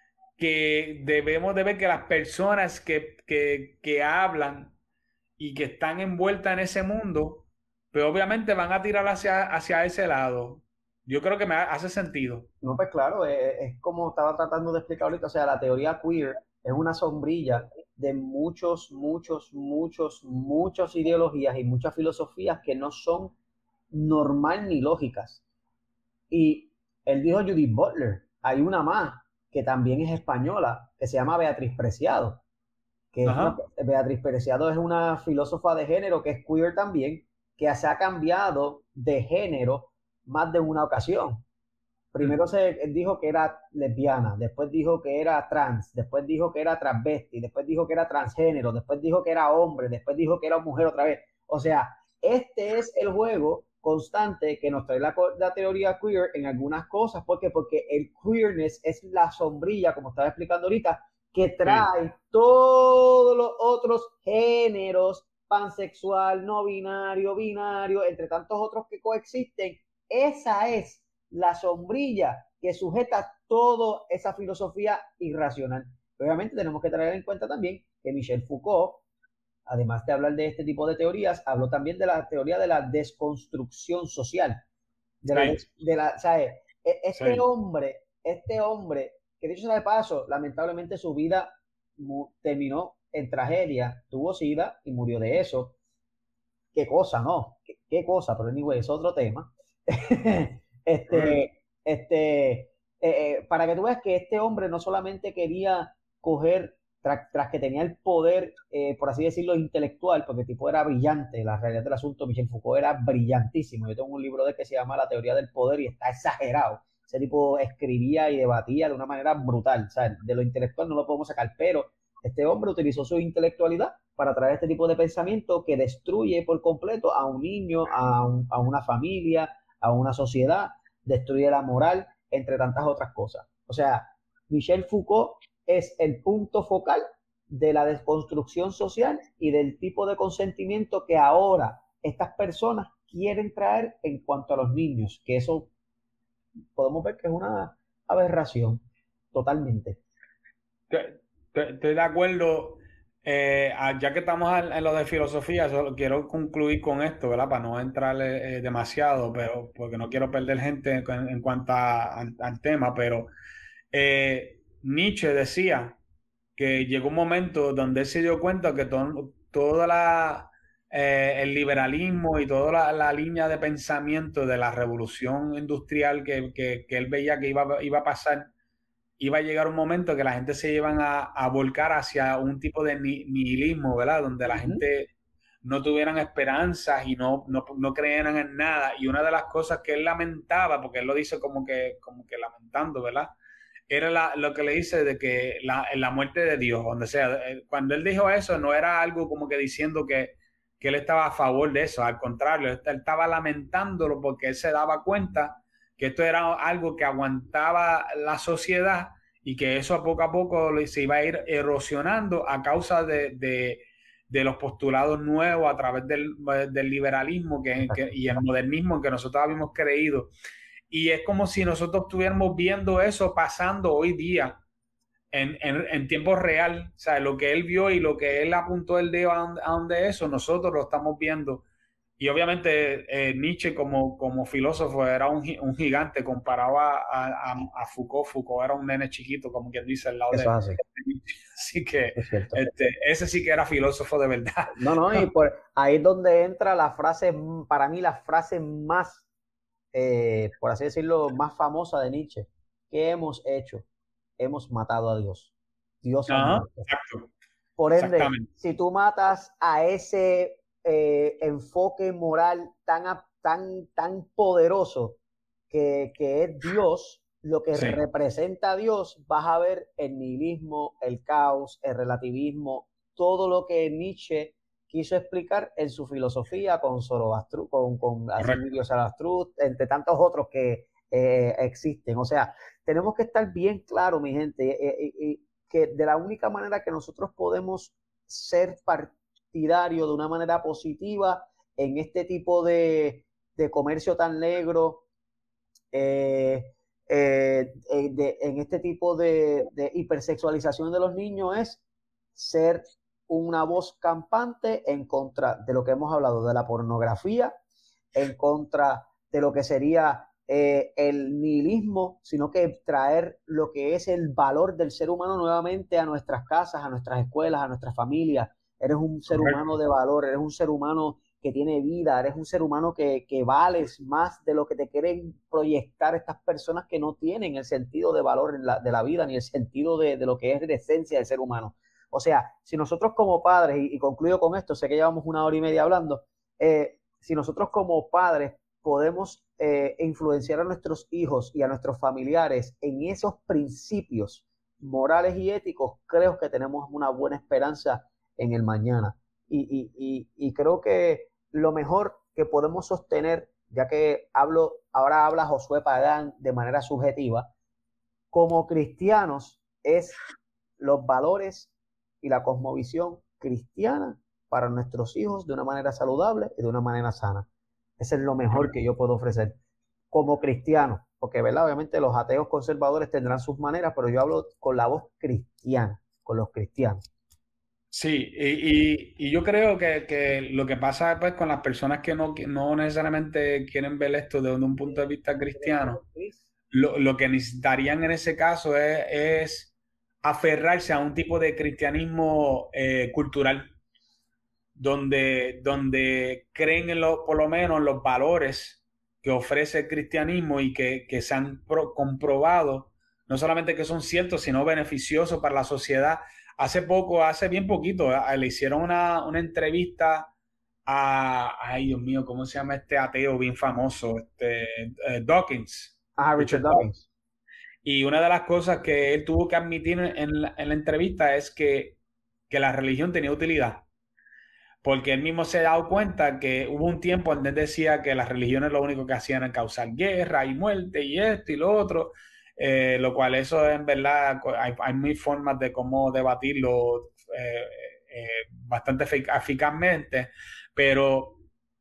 que debemos de ver que las personas que, que, que hablan y que están envueltas en ese mundo, pues obviamente van a tirar hacia, hacia ese lado. Yo creo que me ha- hace sentido. No, pues claro, es, es como estaba tratando de explicar ahorita, o sea, la teoría queer es una sombrilla de muchos, muchos, muchos, muchas ideologías y muchas filosofías que no son normal ni lógicas. Y él dijo Judith Butler, hay una más que también es española, que se llama Beatriz Preciado, que es una, Ajá. Beatriz Preciado es una filósofa de género que es queer también, que se ha cambiado de género más de una ocasión. Primero se dijo que era lesbiana, después dijo que era trans, después dijo que era transvesti, después dijo que era transgénero, después dijo que era hombre, después dijo que era mujer otra vez. O sea, este es el juego constante que nos trae la, la teoría queer en algunas cosas. ¿Por qué? Porque el queerness es la sombrilla, como estaba explicando ahorita, que trae sí. todos los otros géneros, pansexual, no binario, binario, entre tantos otros que coexisten. Esa es la sombrilla que sujeta toda esa filosofía irracional. Obviamente tenemos que tener en cuenta también que Michel Foucault, además de hablar de este tipo de teorías, habló también de la teoría de la desconstrucción social. De la, sí. de la, ¿sabes? Este sí. hombre, este hombre, que dicho sea de paso, lamentablemente su vida terminó en tragedia, tuvo sida y murió de eso. Qué cosa, ¿no? Qué, qué cosa, pero anyway, es otro tema. Este, este, eh, eh, para que tú veas que este hombre no solamente quería coger, tras, tras que tenía el poder, eh, por así decirlo, intelectual, porque el tipo era brillante, la realidad del asunto, Michel Foucault era brillantísimo. Yo tengo un libro de él que se llama La teoría del poder y está exagerado. Ese tipo escribía y debatía de una manera brutal, o sea, de lo intelectual no lo podemos sacar, pero Este hombre utilizó su intelectualidad para traer este tipo de pensamiento que destruye por completo a un niño, a, un, a una familia, a una sociedad, destruye la moral, entre tantas otras cosas. O sea, Michel Foucault es el punto focal de la desconstrucción social y del tipo de consentimiento que ahora estas personas quieren traer en cuanto a los niños, que eso podemos ver que es una aberración totalmente. Estoy de acuerdo. Eh, ya que estamos en lo de filosofía, solo quiero concluir con esto, ¿verdad? Para no entrar eh, demasiado, pero porque no quiero perder gente en, en cuanto a, al, al tema, pero eh, Nietzsche decía que llegó un momento donde él se dio cuenta que todo, toda la, eh, el liberalismo y toda la, la línea de pensamiento de la revolución industrial que, que, que él veía que iba, iba a pasar, iba a llegar un momento que la gente se iban a, a volcar hacia un tipo de nihilismo, ¿verdad? Donde la uh-huh. gente no tuvieran esperanzas y no, no, no creyeran en nada. Y una de las cosas que él lamentaba, porque él lo dice como que, como que lamentando, ¿verdad? Era la, lo que le dice de que la, la muerte de Dios, donde sea. Cuando él dijo eso, no era algo como que diciendo que, que él estaba a favor de eso. Al contrario, él estaba lamentándolo porque él se daba cuenta que esto era algo que aguantaba la sociedad y que eso a poco a poco se iba a ir erosionando a causa de, de, de los postulados nuevos a través del, del liberalismo que, que, y el modernismo en que nosotros habíamos creído. Y es como si nosotros estuviéramos viendo eso pasando hoy día en, en, en tiempo real. O sea, lo que él vio y lo que él apuntó el dedo a, a donde eso, nosotros lo estamos viendo. Y obviamente eh, Nietzsche como, como filósofo era un, un gigante comparado a, a, a Foucault. Foucault era un nene chiquito, como quien dice, al lado de, así. de Nietzsche. Así que este, ese sí que era filósofo de verdad. No, no, y por ahí es donde entra la frase, para mí la frase más, eh, por así decirlo, más famosa de Nietzsche. ¿Qué hemos hecho? Hemos matado a Dios. Dios ha muerto. Exacto. Por ende, si tú matas a ese Eh, enfoque moral tan, tan, tan poderoso que, que es Dios, lo que sí. representa a Dios, vas a ver el nihilismo, el caos, el relativismo, todo lo que Nietzsche quiso explicar en su filosofía con Zoroastru, con, con Silvio Zarastruz, entre tantos otros que eh, existen. O sea, tenemos que estar bien claros, mi gente, eh, eh, eh, que de la única manera que nosotros podemos ser partidos de una manera positiva en este tipo de, de comercio tan negro, eh, eh, de, en este tipo de, de hipersexualización de los niños, es ser una voz campante en contra de lo que hemos hablado de la pornografía, en contra de lo que sería eh, el nihilismo, sino que traer lo que es el valor del ser humano nuevamente a nuestras casas, a nuestras escuelas, a nuestras familias. Eres un ser humano de valor, eres un ser humano que tiene vida, eres un ser humano que, que vales más de lo que te quieren proyectar estas personas que no tienen el sentido de valor en la, de la vida, ni el sentido de, de lo que es la esencia del ser humano. O sea, si nosotros como padres, y, y concluyo con esto, sé que llevamos una hora y media hablando, eh, si nosotros como padres podemos eh, influenciar a nuestros hijos y a nuestros familiares en esos principios morales y éticos, creo que tenemos una buena esperanza en el mañana. Y, y, y, y creo que lo mejor que podemos sostener, ya que hablo, ahora habla Josué Pagán de manera subjetiva, como cristianos, es los valores y la cosmovisión cristiana para nuestros hijos de una manera saludable y de una manera sana. Ese es lo mejor que yo puedo ofrecer como cristiano, porque ¿verdad? Obviamente los ateos conservadores tendrán sus maneras, pero yo hablo con la voz cristiana, con los cristianos. Sí, y, y, y yo creo que, que lo que pasa pues, con las personas que no, que no necesariamente quieren ver esto desde un punto de vista cristiano, lo, lo que necesitarían en ese caso es, es aferrarse a un tipo de cristianismo eh, cultural, donde, donde creen en lo, por lo menos en los valores que ofrece el cristianismo y que, que se han pro, comprobado, no solamente que son ciertos, sino beneficiosos para la sociedad. Hace poco, hace bien poquito, le hicieron una, una entrevista a, ay Dios mío, ¿cómo se llama este ateo bien famoso? Este, eh, Dawkins. Ah, Richard Dawkins. Y una de las cosas que él tuvo que admitir en la, en la entrevista es que que la religión tenía utilidad. Porque él mismo se ha dado cuenta que hubo un tiempo donde él decía que las religiones lo único que hacían era causar guerra y muerte y esto y lo otro, eh, lo cual eso en verdad hay, hay mil formas de cómo debatirlo eh, eh, bastante efic- eficazmente, pero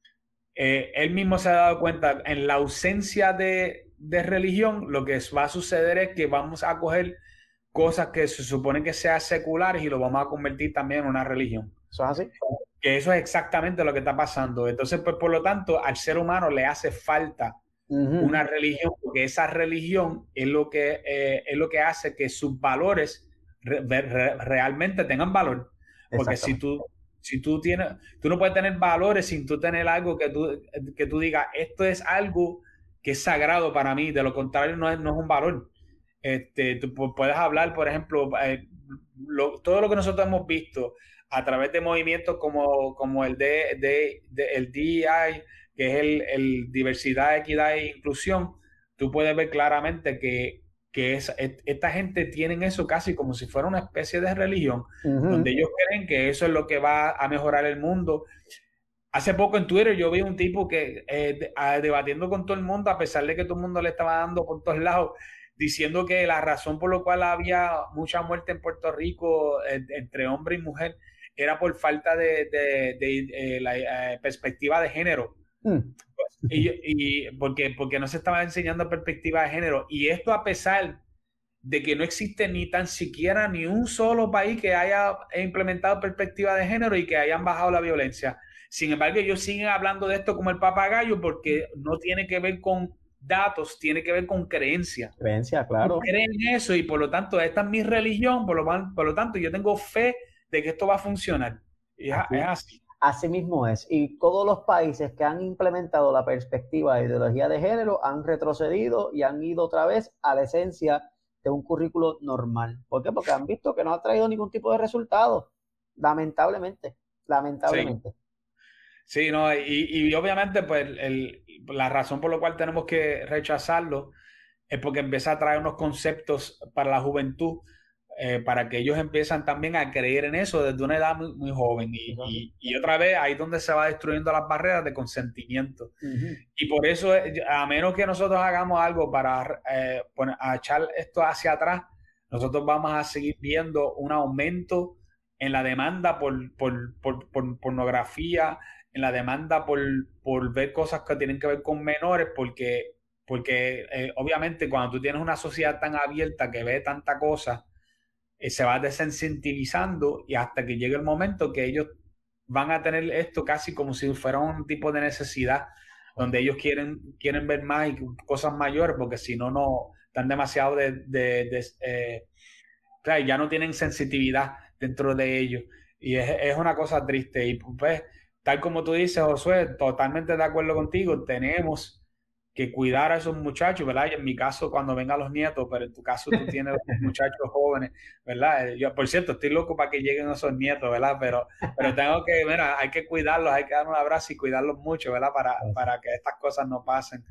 eh, él mismo se ha dado cuenta en la ausencia de, de religión, lo que va a suceder es que vamos a coger cosas que se supone que sean seculares y lo vamos a convertir también en una religión. ¿Eso es así? Que eso es exactamente lo que está pasando. Entonces, pues por lo tanto, al ser humano le hace falta Uh-huh. una religión, porque esa religión es lo que, eh, es lo que hace que sus valores re, re, realmente tengan valor. Porque si tú, si tú tienes, tú no puedes tener valores sin tú tener algo que tú, que tú digas, esto es algo que es sagrado para mí, de lo contrario no es, no es un valor. Este, tú puedes hablar, por ejemplo, eh, lo, todo lo que nosotros hemos visto a través de movimientos como, como el, de, de, de, el D E I, que es el, el diversidad, equidad e inclusión, tú puedes ver claramente que, que es, esta gente tienen eso casi como si fuera una especie de religión, uh-huh. donde ellos creen que eso es lo que va a mejorar el mundo. Hace poco en Twitter yo vi un tipo que eh, de, a, debatiendo con todo el mundo, a pesar de que todo el mundo le estaba dando por todos lados, diciendo que la razón por la cual había mucha muerte en Puerto Rico eh, entre hombre y mujer era por falta de, de, de, de, de la eh, perspectiva de género. Mm. Y, y porque, porque no se estaba enseñando perspectiva de género. Y esto a pesar de que no existe ni tan siquiera ni un solo país que haya implementado perspectiva de género y que hayan bajado la violencia. Sin embargo, ellos siguen hablando de esto como el papagayo porque no tiene que ver con datos, tiene que ver con creencia. Creencia, claro. Creen eso y por lo tanto esta es mi religión, por lo, por lo tanto yo tengo fe de que esto va a funcionar. Y es, es así. Así mismo es. Y todos los países que han implementado la perspectiva de ideología de género han retrocedido y han ido otra vez a la esencia de un currículo normal. ¿Por qué? Porque han visto que no ha traído ningún tipo de resultado. Lamentablemente. Lamentablemente. Sí, sí no, y, y obviamente pues el, la razón por la cual tenemos que rechazarlo es porque empieza a traer unos conceptos para la juventud, eh, para que ellos empiezan también a creer en eso desde una edad muy, muy joven. Y, uh-huh. y, y otra vez ahí es donde se va destruyendo las barreras de consentimiento. Uh-huh. Y por eso, a menos que nosotros hagamos algo para eh, poner, a echar esto hacia atrás, nosotros vamos a seguir viendo un aumento en la demanda por, por, por, por pornografía, en la demanda por, por ver cosas que tienen que ver con menores, porque, porque eh, obviamente cuando tú tienes una sociedad tan abierta que ve tanta cosa, eh, se va desensibilizando y hasta que llegue el momento que ellos van a tener esto casi como si fuera un tipo de necesidad, donde ellos quieren, quieren ver más y cosas mayores, porque si no, no están demasiado de... de, de eh, claro, ya no tienen sensitividad dentro de ellos. Y es, es una cosa triste. Y pues, tal como tú dices, Josué, totalmente de acuerdo contigo, tenemos que cuidar a esos muchachos, ¿verdad? Y en mi caso, cuando vengan los nietos, pero en tu caso tú tienes muchachos jóvenes, ¿verdad? Yo, por cierto, estoy loco para que lleguen esos nietos, ¿verdad? Pero, pero tengo que, mira, hay que cuidarlos, hay que dar un abrazo y cuidarlos mucho, ¿verdad? Para, para que estas cosas no pasen.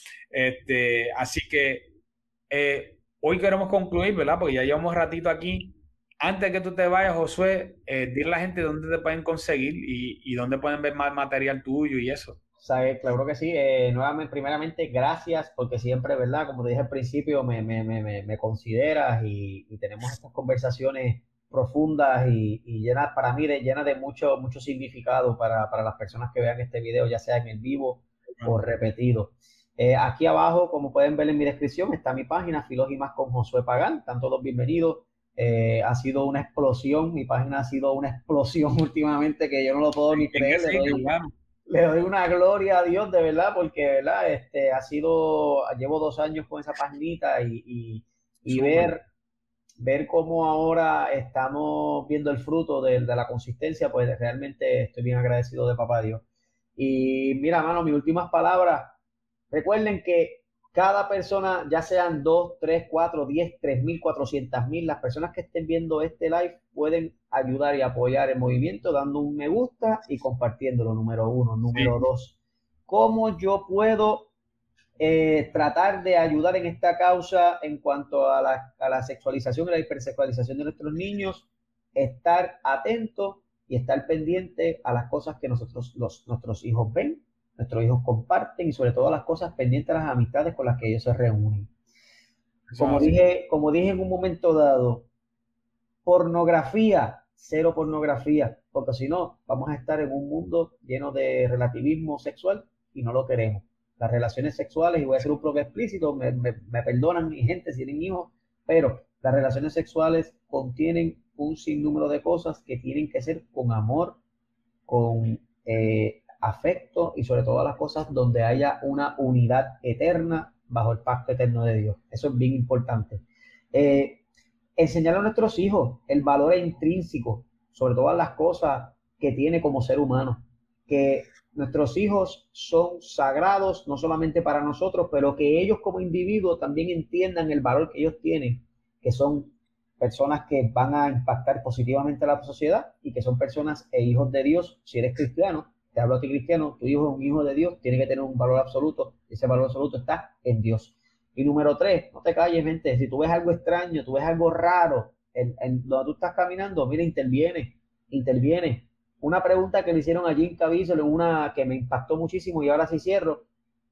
Este, así que eh, hoy queremos concluir, ¿verdad? Porque ya llevamos un ratito aquí. Antes de que tú te vayas, Josué, eh, dile a la gente dónde te pueden conseguir y, y dónde pueden ver más material tuyo y eso. ¿Sabes? Claro que sí. Eh, nuevamente, primeramente, gracias, porque siempre, ¿verdad? Como te dije al principio, me, me, me, me consideras y, y tenemos estas conversaciones profundas y, y llenas, para mí, de, llenas de mucho, mucho significado para, para las personas que vean este video, ya sea en el vivo uh-huh. o repetido. Eh, aquí abajo, como pueden ver en mi descripción, está mi página, Filógimas con Josué Pagán. Están todos bienvenidos. Eh, ha sido una explosión, mi página ha sido una explosión últimamente que yo no lo puedo ni creer. Le doy, le doy una gloria a Dios, de verdad, porque verdad, este, ha sido, llevo dos años con esa paginita y, y, y ver, ver cómo ahora estamos viendo el fruto de, de la consistencia, pues realmente estoy bien agradecido de papá Dios. Y mira, mano, mis últimas palabras, recuerden que cada persona, ya sean dos, tres, cuatro, diez, tres mil, cuatrocientas mil, las personas que estén viendo este live pueden ayudar y apoyar el movimiento dando un me gusta y compartiéndolo, número uno. Número sí. dos, ¿cómo yo puedo eh, tratar de ayudar en esta causa en cuanto a la, a la sexualización y la hipersexualización de nuestros niños? estar atentos y estar pendiente a las cosas que nosotros, los, nuestros hijos ven, nuestros hijos comparten y sobre todo las cosas pendientes a las amistades con las que ellos se reúnen. Como dije, como dije en un momento dado, pornografía, cero pornografía, porque si no, vamos a estar en un mundo lleno de relativismo sexual y no lo queremos. Las relaciones sexuales, y voy a hacer un poco explícito, me, me, me perdonan mi gente si tienen hijos, pero las relaciones sexuales contienen un sinnúmero de cosas que tienen que ser con amor, con eh, afecto y sobre todo las cosas donde haya una unidad eterna bajo el pacto eterno de Dios. Eso es bien importante. Eh, enseñarle a nuestros hijos el valor intrínseco sobre todas las cosas que tiene como ser humano, que nuestros hijos son sagrados no solamente para nosotros, pero que ellos como individuos también entiendan el valor que ellos tienen, que son personas que van a impactar positivamente a la sociedad y que son personas e hijos de Dios. Si eres cristiano, te hablo a ti cristiano, tu hijo es un hijo de Dios, tiene que tener un valor absoluto, y ese valor absoluto está en Dios. Y número tres, no te calles, gente, si tú ves algo extraño, tú ves algo raro en, en donde tú estás caminando, mira, interviene, interviene. Una pregunta que le hicieron a Jim Caviezel, una que me impactó muchísimo y ahora sí cierro.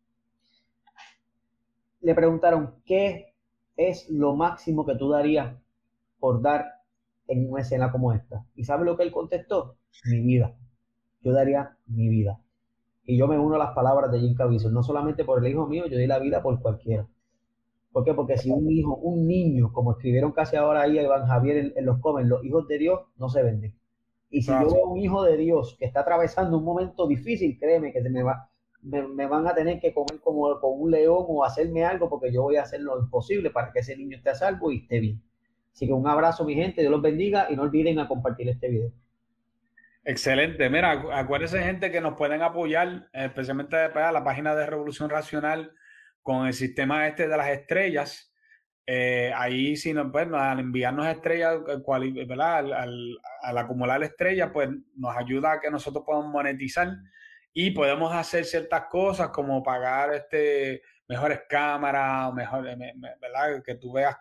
Le preguntaron, ¿qué es lo máximo que tú darías por dar en una escena como esta? ¿Y sabe lo que él contestó? Mi vida. Yo daría mi vida. Y yo me uno a las palabras de Jim Caviezel, no solamente por el hijo mío, yo di la vida por cualquiera. ¿Por qué? Porque si un hijo, un niño, como escribieron casi ahora ahí a Iván Javier en, en los comments, los hijos de Dios no se venden. Y si Claro. yo veo un hijo de Dios que está atravesando un momento difícil, créeme que se me, va, me, me van a tener que comer como con un león o hacerme algo, porque yo voy a hacer lo imposible para que ese niño esté a salvo y esté bien. Así que un abrazo, mi gente, Dios los bendiga y no olviden a compartir este video. Excelente. Mira, acu- acuérdense, gente, que nos pueden apoyar, eh, especialmente a la página de Revolución Racional con el sistema este de las estrellas. Eh, ahí, si nos, pues, al enviarnos estrellas, eh, cuali- ¿verdad? Al, al- al acumular estrellas, pues nos ayuda a que nosotros podamos monetizar y podemos hacer ciertas cosas como pagar este, mejores cámaras, mejor, eh, me- me- ¿verdad? Que tú veas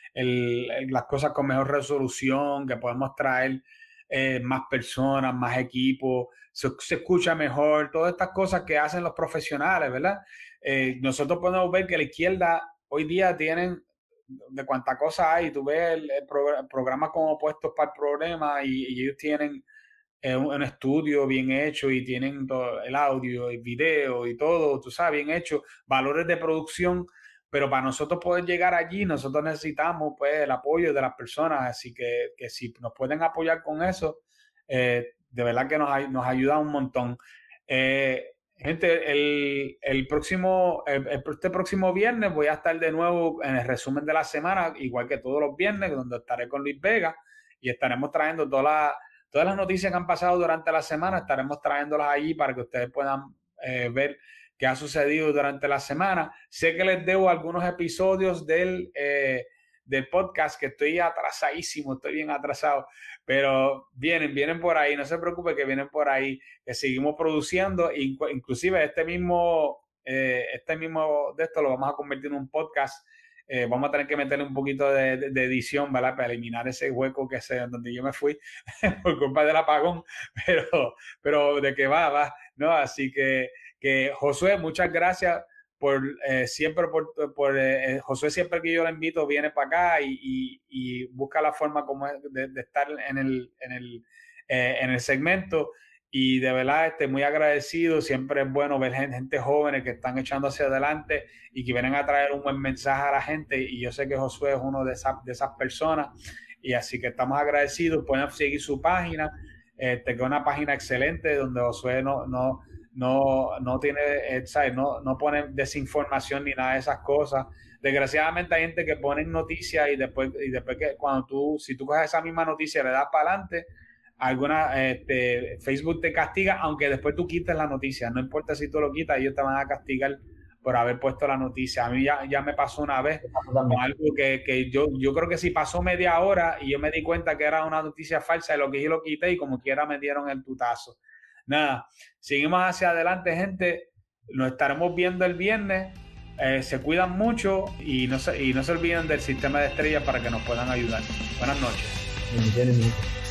el- el- las cosas con mejor resolución, que podemos traer eh, más personas, más equipos, se, se escucha mejor, todas estas cosas que hacen los profesionales, ¿verdad? Eh, nosotros podemos ver que la izquierda hoy día tienen de cuánta cosa hay, tú ves el, el programa, programas como puestos para el problema y, y ellos tienen eh, un, un estudio bien hecho y tienen todo el audio, el video y todo, tú sabes, bien hecho, valores de producción, pero para nosotros poder llegar allí, nosotros necesitamos pues el apoyo de las personas, así que, que si nos pueden apoyar con eso, eh, de verdad que nos, ay- nos ayuda un montón. Eh, gente, el, el próximo, el- el- este próximo viernes voy a estar de nuevo en el resumen de la semana, igual que todos los viernes, donde estaré con Luis Vega y estaremos trayendo todas las, todas las noticias que han pasado durante la semana, estaremos trayéndolas allí para que ustedes puedan eh, ver qué ha sucedido durante la semana. Sé que les debo algunos episodios del, eh, del podcast, que estoy atrasadísimo, estoy bien atrasado, pero vienen, vienen por ahí, no se preocupe que vienen por ahí, que seguimos produciendo, inc- inclusive este mismo, eh, este mismo de esto lo vamos a convertir en un podcast. Eh, vamos a tener que meterle un poquito de, de, de edición, ¿verdad? Para eliminar ese hueco que se, donde yo me fui por culpa del apagón, pero, pero de que va, va, ¿no? Así que, que Josué, muchas gracias por eh, siempre, por, por eh, Josué siempre que yo le invito viene para acá y, y, y busca la forma como es de, de estar en el, en el, eh, en el segmento. Y de verdad estoy muy agradecido, siempre es bueno ver gente, gente jóvenes que están echando hacia adelante y que vienen a traer un buen mensaje a la gente, y yo sé que Josué es uno de esas, de esas personas, y así que estamos agradecidos. Pueden seguir su página, este, que es una página excelente donde Josué no, no, no, no tiene, eh, ¿sabes? No, no pone desinformación ni nada de esas cosas. Desgraciadamente hay gente que pone noticias y después, y después que cuando tú, si tú coges esa misma noticia y le das para adelante, alguna, este, Facebook te castiga, aunque después tú quites la noticia. No importa si tú lo quitas, ellos te van a castigar por haber puesto la noticia. A mí ya, ya me pasó una vez con algo que, que yo, yo creo que si pasó media hora y yo me di cuenta que era una noticia falsa, y lo que yo lo quité y como quiera me dieron el tutazo. Nada, seguimos hacia adelante, gente. Nos estaremos viendo el viernes. Eh, se cuidan mucho y no se, y no se olviden del sistema de estrellas para que nos puedan ayudar. Buenas noches. Bendiciones, mi gente.